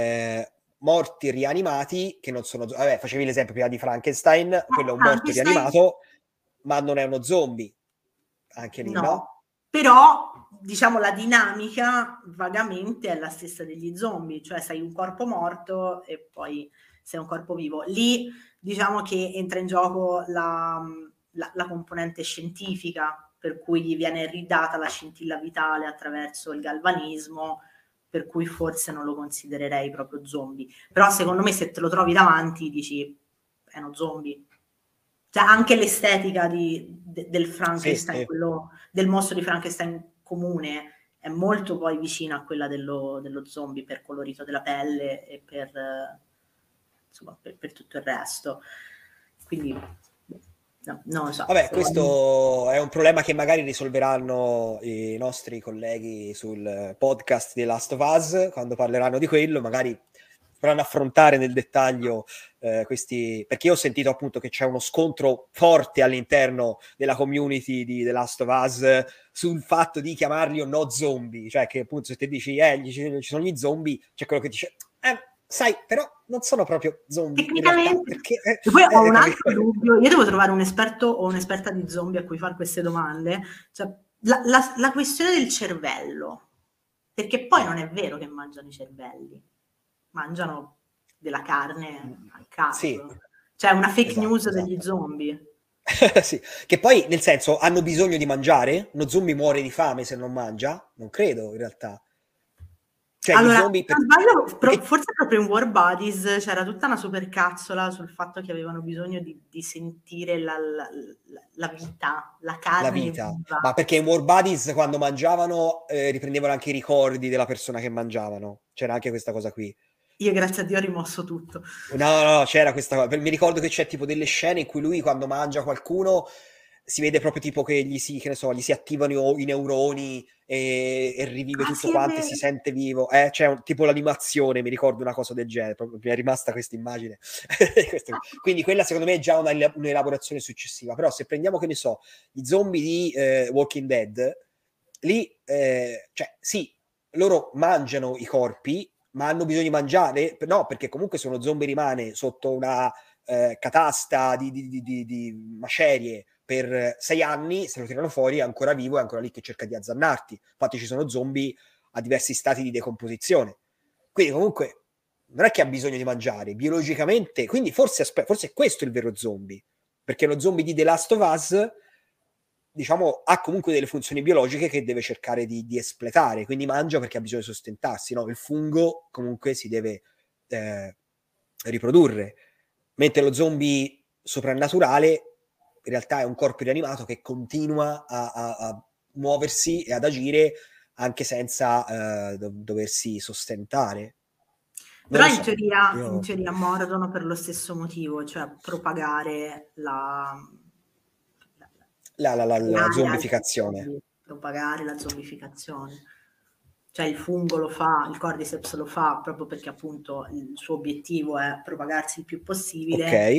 morti rianimati che non sono... Vabbè, facevi l'esempio prima di Frankenstein, quello è un morto Frankenstein rianimato, ma non è uno zombie, anche lì, no? no, però diciamo la dinamica vagamente è la stessa degli zombie, cioè sei un corpo morto e poi sei un corpo vivo. Lì diciamo che entra in gioco la componente scientifica, per cui gli viene ridata la scintilla vitale attraverso il galvanismo, per cui forse non lo considererei proprio zombie. Però secondo me se te lo trovi davanti dici è uno zombie. Cioè anche l'estetica del Sì, Frankenstein, sì. quello del mostro di Frankenstein comune, è molto poi vicina a quella dello zombie per colorito della pelle e per, insomma, per tutto il resto. Quindi, no, non lo so. Vabbè, questo è un problema che magari risolveranno i nostri colleghi sul podcast di Last of Us quando parleranno di quello, magari potranno affrontare nel dettaglio questi, perché io ho sentito appunto che c'è uno scontro forte all'interno della community di The Last of Us sul fatto di chiamarli o no zombie, cioè che appunto se te dici ci sono gli zombie, c'è quello che dice sai, però non sono proprio zombie in realtà, Tecnicamente, perché e poi ho un altro dubbio, io devo trovare un esperto o un'esperta di zombie a cui fare queste domande, cioè la questione del cervello, perché poi non è vero che mangiano i cervelli, mangiano della carne a sì, caso, cioè una fake news esatto, degli esatto. zombie. Sì, che poi nel senso hanno bisogno di mangiare? Uno zombie muore di fame se non mangia? Non credo in realtà. Cioè gli Allora, zombie se non sbaglio, perché... forse proprio in War Buddies c'era tutta una supercazzola sul fatto che avevano bisogno di sentire la vita, la La carne vita, viva. ma perché in War Buddies quando mangiavano riprendevano anche i ricordi della persona che mangiavano, c'era anche questa cosa qui. Io grazie a Dio ho rimosso tutto. No, c'era questa cosa. Mi ricordo che c'è tipo delle scene in cui lui quando mangia qualcuno si vede proprio tipo che che ne so, gli si attivano i neuroni e rivive Ah tutto sì, è quanto e vero. si sente vivo. C'è tipo l'animazione, mi ricordo una cosa del genere, proprio mi è rimasta questa immagine. Quindi quella secondo me è già un'elaborazione successiva. Però se prendiamo, che ne so, gli zombie di Walking Dead, lì, cioè sì, loro mangiano i corpi, ma hanno bisogno di mangiare? No, perché comunque se uno zombie rimane sotto una catasta di macerie per 6 anni, se lo tirano fuori è ancora vivo, è ancora lì che cerca di azzannarti. Infatti ci sono zombie a diversi stati di decomposizione. Quindi comunque non è che ha bisogno di mangiare, biologicamente, quindi forse è questo il vero zombie, perché lo zombie di The Last of Us diciamo, ha comunque delle funzioni biologiche che deve cercare di espletare, quindi mangia perché ha bisogno di sostentarsi, no? Il fungo comunque si deve riprodurre, mentre lo zombie soprannaturale in realtà è un corpo inanimato che continua a muoversi e ad agire anche senza doversi sostentare. Non Però lo in so. teoria, in Io... teoria mordono per lo stesso motivo, cioè propagare La creare altri zombificazione. zombie, propagare la zombificazione. Cioè il fungo lo fa, il Cordyceps lo fa proprio perché appunto il suo obiettivo è propagarsi il più Ok, possibile,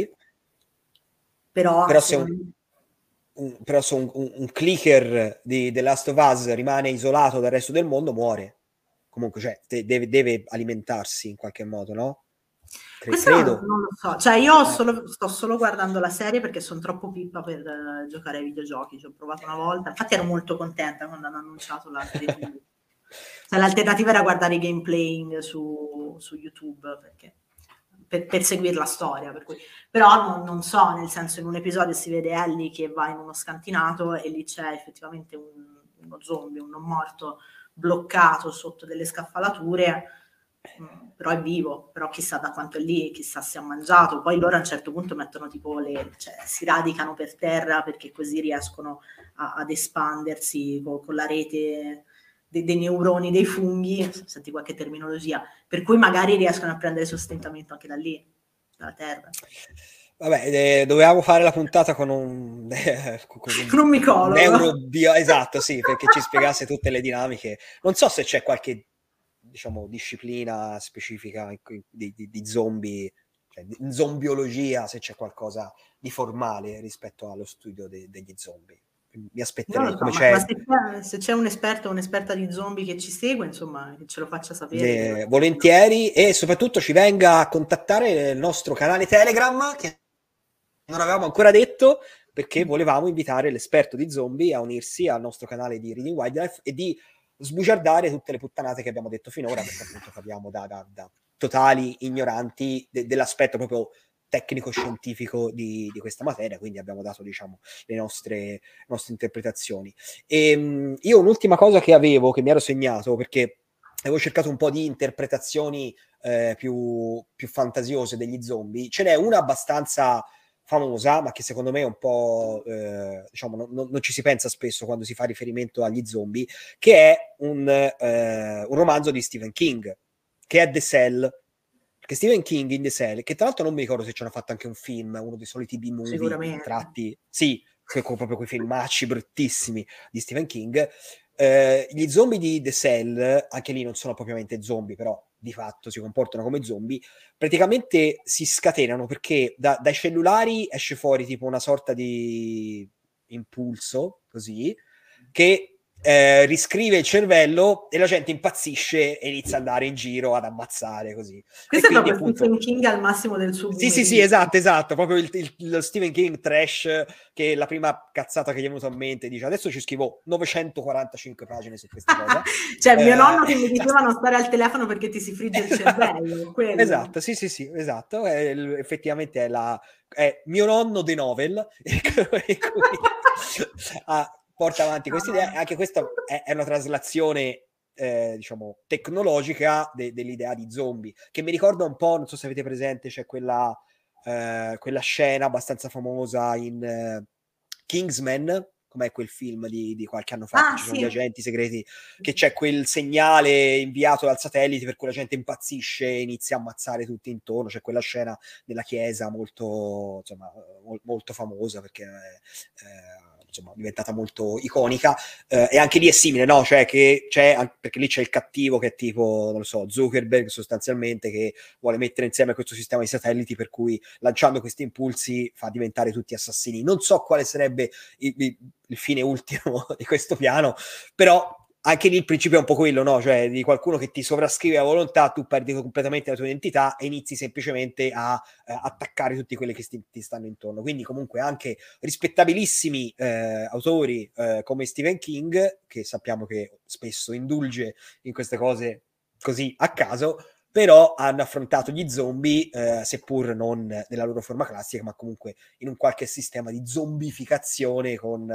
però però se secondo me però se un clicker di The Last of Us rimane isolato dal resto del mondo, muore. Comunque, cioè, deve alimentarsi in qualche modo, no? questo Credo. non lo so, cioè io Eh, sto solo guardando la serie perché sono troppo pippa per giocare ai videogiochi, ci ho provato una volta, infatti ero molto contenta quando hanno annunciato la serie TV. Cioè, l'alternativa era guardare i gameplay su YouTube perché, per seguire la storia, per cui. Però non so, nel senso in un episodio si vede Ellie che va in uno scantinato e lì c'è effettivamente uno zombie, un non morto bloccato sotto delle scaffalature, però è vivo, però chissà da quanto è lì, chissà se ha mangiato. Poi loro a un certo punto mettono tipo cioè, si radicano per terra perché così riescono ad espandersi con la rete dei neuroni dei funghi, senti qualche terminologia, per cui magari riescono a prendere sostentamento anche da lì, dalla terra. vabbè, dovevamo fare la puntata con un, con Con un un micologo. neurobio, esatto, sì, perché ci spiegasse tutte le dinamiche. Non so se c'è qualche, diciamo, disciplina specifica di zombie, cioè in zombiologia, se c'è qualcosa di formale rispetto allo studio degli zombie. Mi Non lo aspetterei, so, come ma c'è se c'è un esperto o un'esperta di zombie che ci segue, insomma, che ce lo faccia sapere. Che volentieri, e soprattutto ci venga a contattare il nostro canale Telegram, che non avevamo ancora detto, perché volevamo invitare l'esperto di zombie a unirsi al nostro canale di Reading Wildlife e di sbugiardare tutte le puttanate che abbiamo detto finora, perché appunto parliamo da totali ignoranti dell'aspetto proprio tecnico-scientifico di questa materia, quindi abbiamo dato, diciamo, le nostre interpretazioni. E io un'ultima cosa che mi ero segnato, perché avevo cercato un po' di interpretazioni più fantasiose degli zombie, ce n'è una abbastanza famosa, ma che secondo me è un po', diciamo, non ci si pensa spesso quando si fa riferimento agli zombie, che è un romanzo di Stephen King, che è The Cell. Perché Stephen King in The Cell, che tra l'altro non mi ricordo se ci hanno fatto anche un film, uno dei soliti B-movie sicuramente. tratti, sì, proprio quei filmacci bruttissimi di Stephen King. Gli zombie di The Cell, anche lì non sono propriamente zombie, però di fatto si comportano come zombie, praticamente si scatenano perché dai cellulari esce fuori tipo una sorta di impulso, così, che riscrive il cervello e la gente impazzisce e inizia ad andare in giro ad ammazzare così. E Questo è quindi proprio appunto... Stephen King al massimo del suo Sì, boomerismo. esatto, proprio lo Stephen King trash, che la prima cazzata che gli è venuta in mente dice adesso ci scrivo 945 pagine su questa cosa. Cioè, mio Eh, nonno che mi diceva non stare al telefono perché ti si frigge il cervello, quello. esatto, sì, esatto, effettivamente è mio nonno The Novel, e quindi porta avanti questa idea, e anche questa è una traslazione diciamo tecnologica dell'idea di zombie, che mi ricorda un po', non so se avete presente, c'è quella scena abbastanza famosa in Kingsman, com'è quel film di qualche anno fa, che Ah, ci sono gli sì. agenti segreti, che c'è quel segnale inviato dal satellite per cui la gente impazzisce e inizia a ammazzare tutti intorno. C'è quella scena nella chiesa molto, insomma, molto famosa perché insomma, diventata molto iconica, e anche lì è simile, no? Cioè che perché lì c'è il cattivo che è tipo, non lo so, Zuckerberg sostanzialmente, che vuole mettere insieme questo sistema di satelliti per cui lanciando questi impulsi fa diventare tutti assassini. Non so quale sarebbe il fine ultimo di questo piano, però anche lì il principio è un po' quello, no? Cioè di qualcuno che ti sovrascrive a volontà, tu perdi completamente la tua identità e inizi semplicemente a attaccare tutti quelli che ti stanno intorno. Quindi comunque anche rispettabilissimi autori come Stephen King, che sappiamo che spesso indulge in queste cose così a caso, però hanno affrontato gli zombie, seppur non nella loro forma classica, ma comunque in un qualche sistema di zombificazione con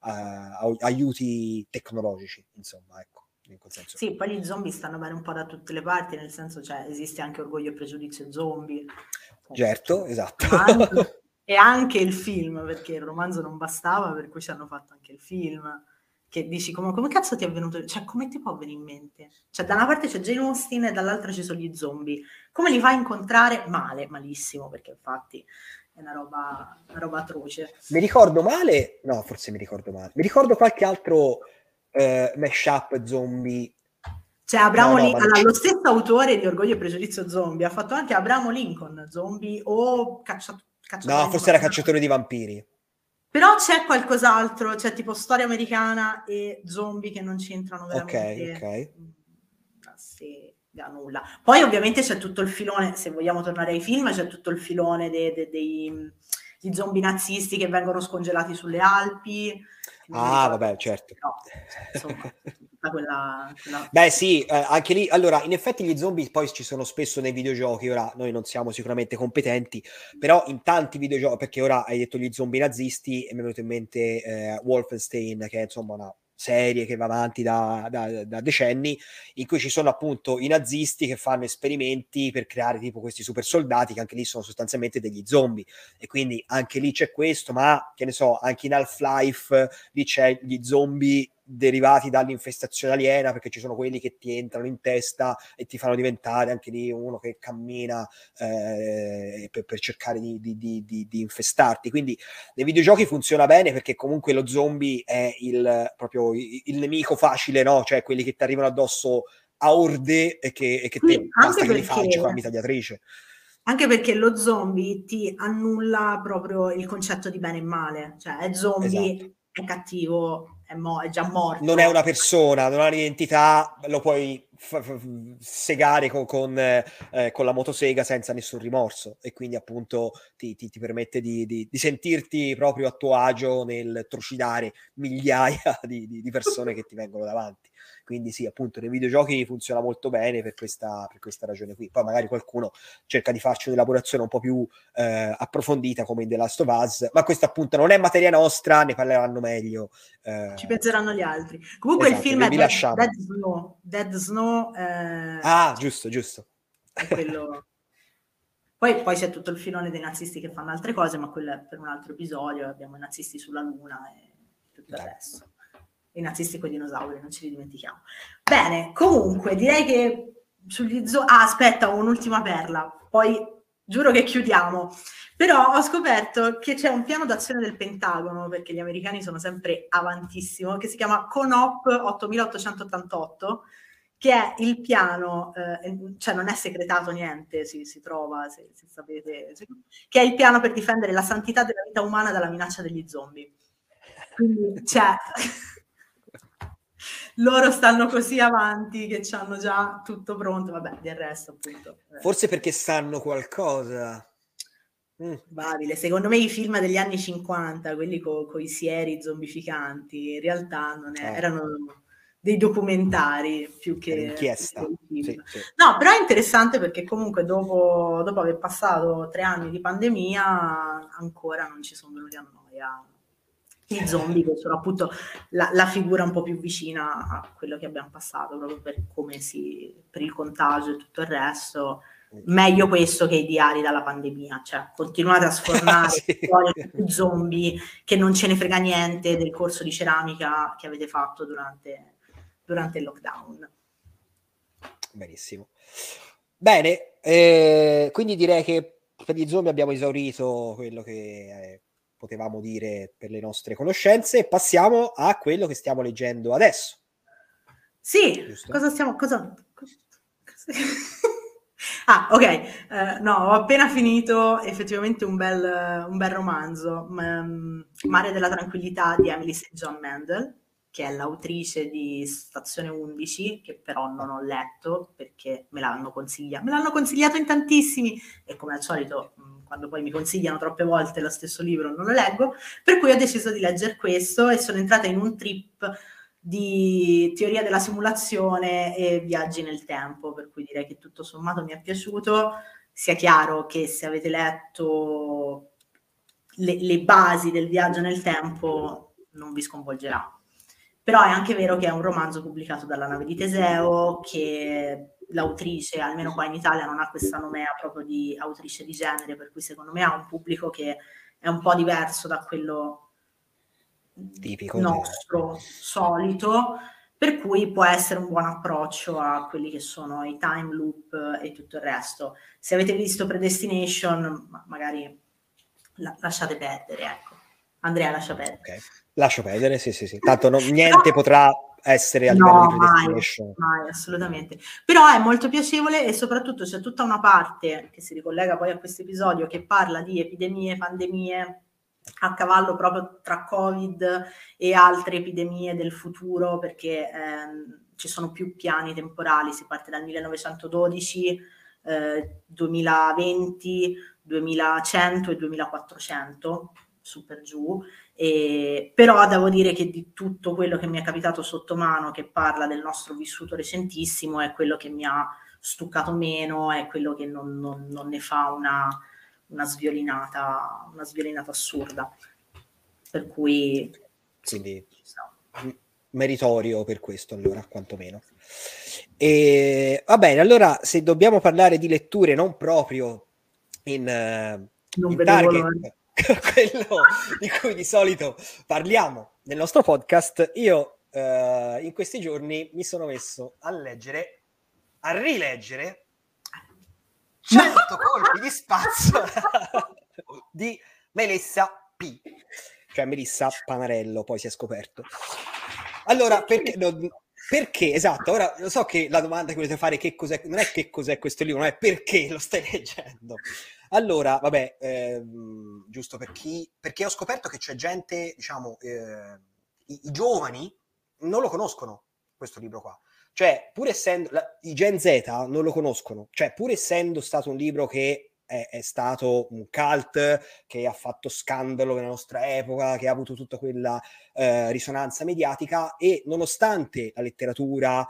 aiuti tecnologici, insomma, ecco, in quel senso lì. Sì, poi gli zombie stanno bene un po' da tutte le parti, nel senso, cioè, esiste anche Orgoglio e Pregiudizio zombie, Certo, cioè, esatto. romanzo, E anche il film, perché il romanzo non bastava, per cui ci hanno fatto anche il film. Che dici, come cazzo ti è venuto? Cioè, come ti può venire in mente? Cioè, da una parte c'è Jane Austen e dall'altra ci sono gli zombie. Come li fai a incontrare? Male, malissimo, perché infatti è una roba atroce. Mi ricordo male? No, forse mi ricordo male. Mi ricordo qualche altro mashup zombie. Cioè, No, no, allora, lo stesso autore di Orgoglio e Pregiudizio Zombie ha fatto anche Abramo Lincoln Zombie o Cacciatore no, di forse era Vampiri. Cacciatore di Vampiri. Però c'è qualcos'altro, c'è tipo storia americana e zombie che non c'entrano Ok, veramente ok. da nulla. Poi ovviamente c'è tutto il filone, se vogliamo tornare ai film, c'è tutto il filone degli zombie nazisti che vengono scongelati sulle Alpi, che non mi Ah, ricordo, vabbè, certo. però insomma, tutta quella... Beh sì, anche lì, allora, in effetti gli zombie poi ci sono spesso nei videogiochi, ora noi non siamo sicuramente competenti, però in tanti videogiochi, perché ora hai detto gli zombie nazisti e mi è venuto in mente Wolfenstein, che è insomma una serie che va avanti da decenni, in cui ci sono appunto i nazisti che fanno esperimenti per creare tipo questi super soldati, che anche lì sono sostanzialmente degli zombie, e quindi anche lì c'è questo, ma che ne so, anche in Half-Life lì c'è gli zombie derivati dall'infestazione aliena, perché ci sono quelli che ti entrano in testa e ti fanno diventare anche lì uno che cammina per cercare di infestarti. Quindi nei videogiochi funziona bene perché comunque lo zombie è proprio il nemico facile, no? Cioè quelli che ti arrivano addosso a orde e che Sì, te basta che li faggi con la tagliatrice. anche perché lo zombie ti annulla proprio il concetto di bene e male, cioè è Esatto. zombie, è cattivo, è già Non è una morto. persona, non ha un'identità, lo puoi segare con la motosega senza nessun rimorso e quindi appunto ti permette di sentirti proprio a tuo agio nel trucidare migliaia di persone che ti vengono davanti. Quindi sì, appunto nei videogiochi funziona molto bene per questa ragione qui. Poi magari qualcuno cerca di farci un'elaborazione un po' più approfondita come in The Last of Us, ma questa appunto non è materia nostra, ne parleranno meglio. Ci penseranno gli altri. Comunque il Esatto, film è vi lasciamo. Dead Snow, Ah, cioè, giusto, giusto. è quello... Poi c'è tutto il filone dei nazisti che fanno altre cose, ma quello è per un altro episodio, abbiamo i nazisti sulla Luna e tutto il Dai. resto. I nazisti con i dinosauri, non ce li dimentichiamo. Bene, comunque direi che sugli aspetta, ho un'ultima perla, poi giuro che chiudiamo. Però ho scoperto che c'è un piano d'azione del Pentagono, perché gli americani sono sempre avantissimo, che si chiama CONOP 8888, che è il piano, cioè non è segretato niente, si trova, se sapete, che è il piano per difendere la santità della vita umana dalla minaccia degli zombie. Quindi, cioè, loro stanno così avanti che hanno già tutto pronto, vabbè, del resto appunto. Forse perché sanno qualcosa. Probabile. Secondo me i film degli anni 50, quelli con i sieri zombificanti, in realtà non erano dei documentari più È che un'inchiesta. dei film. Sì, sì. No, però è interessante perché comunque dopo aver passato 3 anni di pandemia ancora non ci sono venuti a noia i zombie, che sono appunto la figura un po' più vicina a quello che abbiamo passato, proprio per per il contagio e tutto il resto. Meglio questo che i diari dalla pandemia, cioè continuate a sfornare Sì. storie su zombie che non ce ne frega niente del corso di ceramica che avete fatto durante il lockdown. Benissimo. Bene, quindi direi che per gli zombie abbiamo esaurito quello che potevamo dire per le nostre conoscenze. Passiamo a quello che stiamo leggendo adesso. Sì, Giusto? Ah, ok. No, ho appena finito effettivamente un bel romanzo, Mare della tranquillità di Emily St. John Mandel, che è l'autrice di Stazione 11, che però non ho letto perché me l'hanno consigliato in tantissimi e come al solito quando poi mi consigliano troppe volte lo stesso libro non lo leggo, per cui ho deciso di leggere questo e sono entrata in un trip di teoria della simulazione e viaggi nel tempo, per cui direi che tutto sommato mi è piaciuto. Sia chiaro che se avete letto le basi del viaggio nel tempo non vi sconvolgerà. Però è anche vero che è un romanzo pubblicato dalla nave di Teseo, che l'autrice, almeno qua in Italia, non ha questa nomea proprio di autrice di genere, per cui secondo me ha un pubblico che è un po' diverso da quello tipico nostro, solito, per cui può essere un buon approccio a quelli che sono i time loop e tutto il resto. Se avete visto Predestination, magari lasciate perdere, ecco. Andrea, lascia perdere. Ok, lascio perdere, sì. Tanto niente potrà essere a livello di Predestination. Mai, assolutamente. Però è molto piacevole e soprattutto c'è tutta una parte che si ricollega poi a questo episodio che parla di epidemie, pandemie, a cavallo proprio tra Covid e altre epidemie del futuro, perché ci sono più piani temporali, si parte dal 1912, 2020, 2100 e 2400, su per giù. Però devo dire che di tutto quello che mi è capitato sotto mano che parla del nostro vissuto recentissimo è quello che mi ha stuccato meno, è quello che non ne fa una sviolinata assurda. Per cui quindi meritorio per questo, allora, quantomeno. E va bene, allora, se dobbiamo parlare di letture non proprio in target, quello di cui di solito parliamo nel nostro podcast, io in questi giorni mi sono messo a rileggere 100 colpi di spazio di Melissa P, cioè Melissa Panarello, poi si è scoperto. Allora, perché, esatto, ora lo so che la domanda che volete fare che cos'è, non è che cos'è questo libro, ma è perché lo stai leggendo. Allora, vabbè, giusto perché ho scoperto che c'è gente, diciamo, i giovani non lo conoscono, questo libro qua. Cioè, pur essendo, i Gen Z non lo conoscono, cioè, pur essendo stato un libro che è stato un cult, che ha fatto scandalo nella nostra epoca, che ha avuto tutta quella risonanza mediatica, e nonostante la letteratura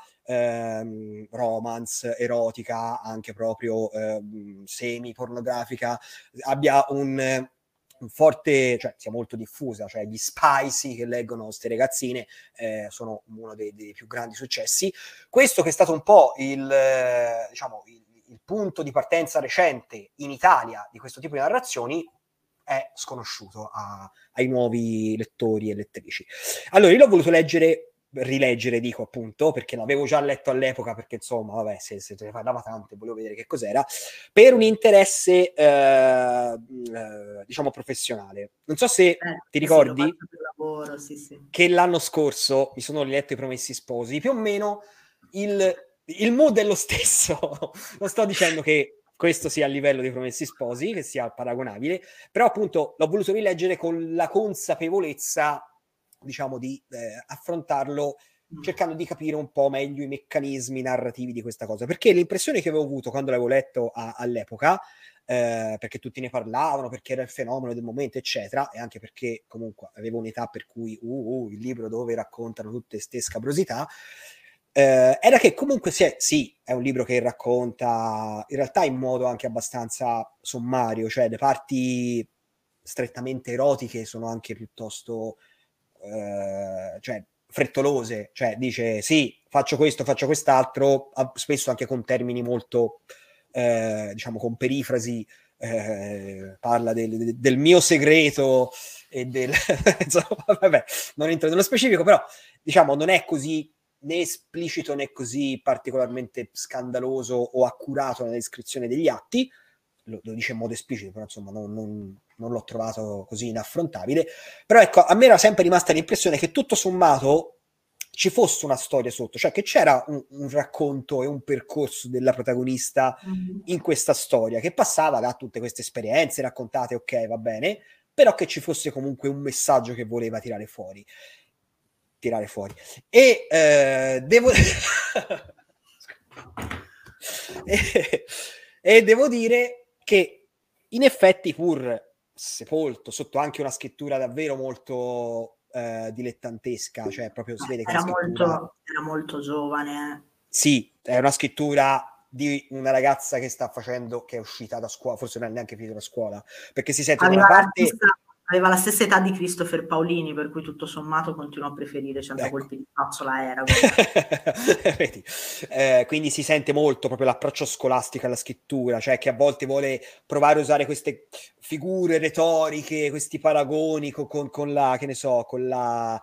romance, erotica, anche proprio semi-pornografica, abbia un forte, cioè sia molto diffusa, cioè gli spicy che leggono queste ragazzine sono uno dei più grandi successi. Questo che è stato un po' diciamo, il punto di partenza recente in Italia di questo tipo di narrazioni è sconosciuto ai nuovi lettori e lettrici. Allora, io l'ho voluto rileggere, dico appunto, perché l'avevo già letto all'epoca, perché insomma, vabbè, se ne parlava tanto, volevo vedere che cos'era, per un interesse, diciamo, professionale. Non so se ti ricordi lavoro, sì. Che l'anno scorso mi sono riletto I Promessi Sposi, più o meno il mood è lo stesso. Non sto dicendo che questo sia a livello dei Promessi Sposi, che sia paragonabile, però appunto l'ho voluto rileggere con la consapevolezza, diciamo, di affrontarlo cercando di capire un po' meglio i meccanismi narrativi di questa cosa, perché l'impressione che avevo avuto quando l'avevo letto all'epoca, perché tutti ne parlavano, perché era il fenomeno del momento, eccetera, e anche perché comunque avevo un'età per cui il libro dove raccontano tutte queste scabrosità, era che comunque sì, è un libro che racconta in realtà in modo anche abbastanza sommario, cioè le parti strettamente erotiche sono anche piuttosto cioè frettolose, cioè dice sì, faccio questo, faccio quest'altro, spesso anche con termini molto diciamo con perifrasi, parla del mio segreto e insomma, vabbè, non entro nello specifico, però diciamo non è così né esplicito né così particolarmente scandaloso o accurato nella descrizione degli atti, lo dice in modo esplicito, però insomma non l'ho trovato così inaffrontabile. Però ecco, a me era sempre rimasta l'impressione che tutto sommato ci fosse una storia sotto, cioè che c'era un racconto e un percorso della protagonista in questa storia, che passava da tutte queste esperienze raccontate, ok, va bene, però che ci fosse comunque un messaggio che voleva tirare fuori. E devo e devo dire che in effetti, pur sepolto sotto anche una scrittura davvero molto dilettantesca, cioè proprio si vede che era molto giovane. Sì, è una scrittura di una ragazza che sta facendo, che è uscita da scuola, forse non è neanche finita la scuola, perché si sente da una parte Aveva la stessa età di Christopher Paolini, per cui tutto sommato continuo a preferire 100 Ecco. colpi di spazzola a Eragon. Vedi? Quindi si sente molto proprio l'approccio scolastico alla scrittura, cioè che a volte vuole provare a usare queste figure retoriche, questi paragoni con la, che ne so, con la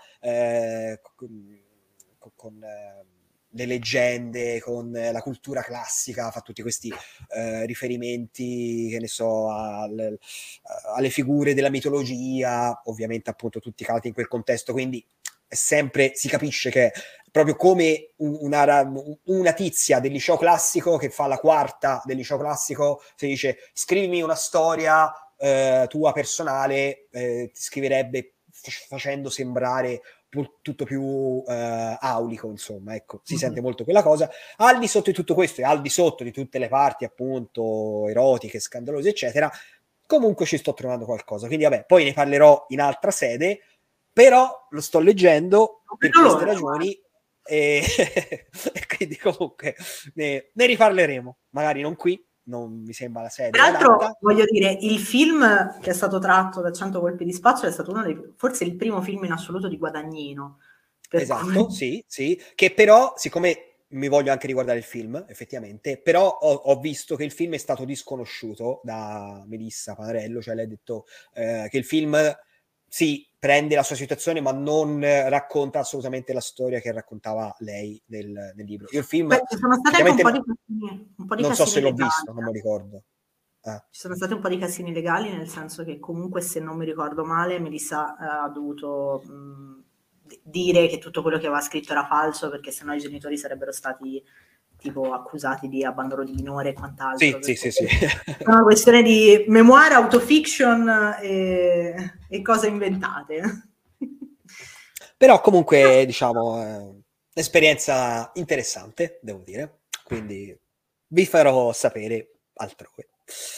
con le leggende, con la cultura classica, fa tutti questi riferimenti, che ne so, alle figure della mitologia, ovviamente appunto tutti calati in quel contesto, quindi è sempre, si capisce che proprio come una tizia del liceo classico che fa la quarta del liceo classico, si dice scrivimi una storia tua personale, ti scriverebbe facendo sembrare tutto più aulico, insomma, ecco, si sente molto quella cosa. Al di sotto di tutto questo e al di sotto di tutte le parti appunto erotiche, scandalose, eccetera, comunque ci sto trovando qualcosa, quindi vabbè, poi ne parlerò in altra sede, però lo sto leggendo per queste ragioni e quindi comunque ne riparleremo, magari non qui, non mi sembra la sede. Tra l'altro, voglio dire, il film che è stato tratto da 100 colpi di spazio è stato uno dei, forse il primo film in assoluto di Guadagnino. Esatto, sì, che però, siccome mi voglio anche riguardare il film, effettivamente, però ho visto che il film è stato disconosciuto da Melissa Panarello, cioè lei ha detto che il film, sì, prende la sua situazione, ma non racconta assolutamente la storia che raccontava lei nel libro. Io il film, ci sono state anche un po' di non so se l'ho legali. visto, non mi ricordo. Ci sono stati un po' di casini legali, nel senso che comunque, se non mi ricordo male, Melissa ha dovuto dire che tutto quello che aveva scritto era falso, perché sennò i genitori sarebbero stati tipo accusati di abbandono di minore e quant'altro. Sì. È una questione di memoir, autofiction e cose inventate. Però comunque, diciamo, esperienza interessante, devo dire, quindi vi farò sapere altrove.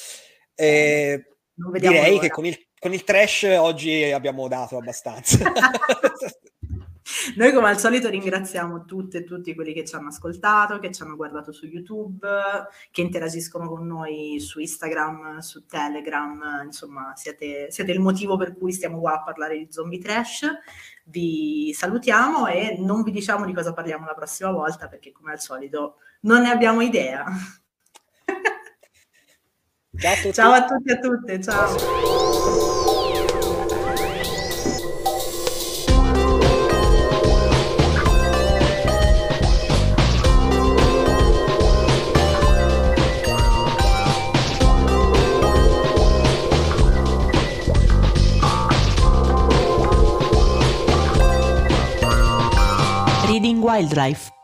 Direi l'ora. che con il trash oggi abbiamo dato abbastanza. Noi come al solito ringraziamo tutte e tutti quelli che ci hanno ascoltato, che ci hanno guardato su YouTube, che interagiscono con noi su Instagram, su Telegram, insomma siete il motivo per cui stiamo qua a parlare di zombie trash. Vi salutiamo e non vi diciamo di cosa parliamo la prossima volta, perché come al solito non ne abbiamo idea. Ciao a tutti. Ciao a tutti e a tutte, ciao. Reading Wildlife.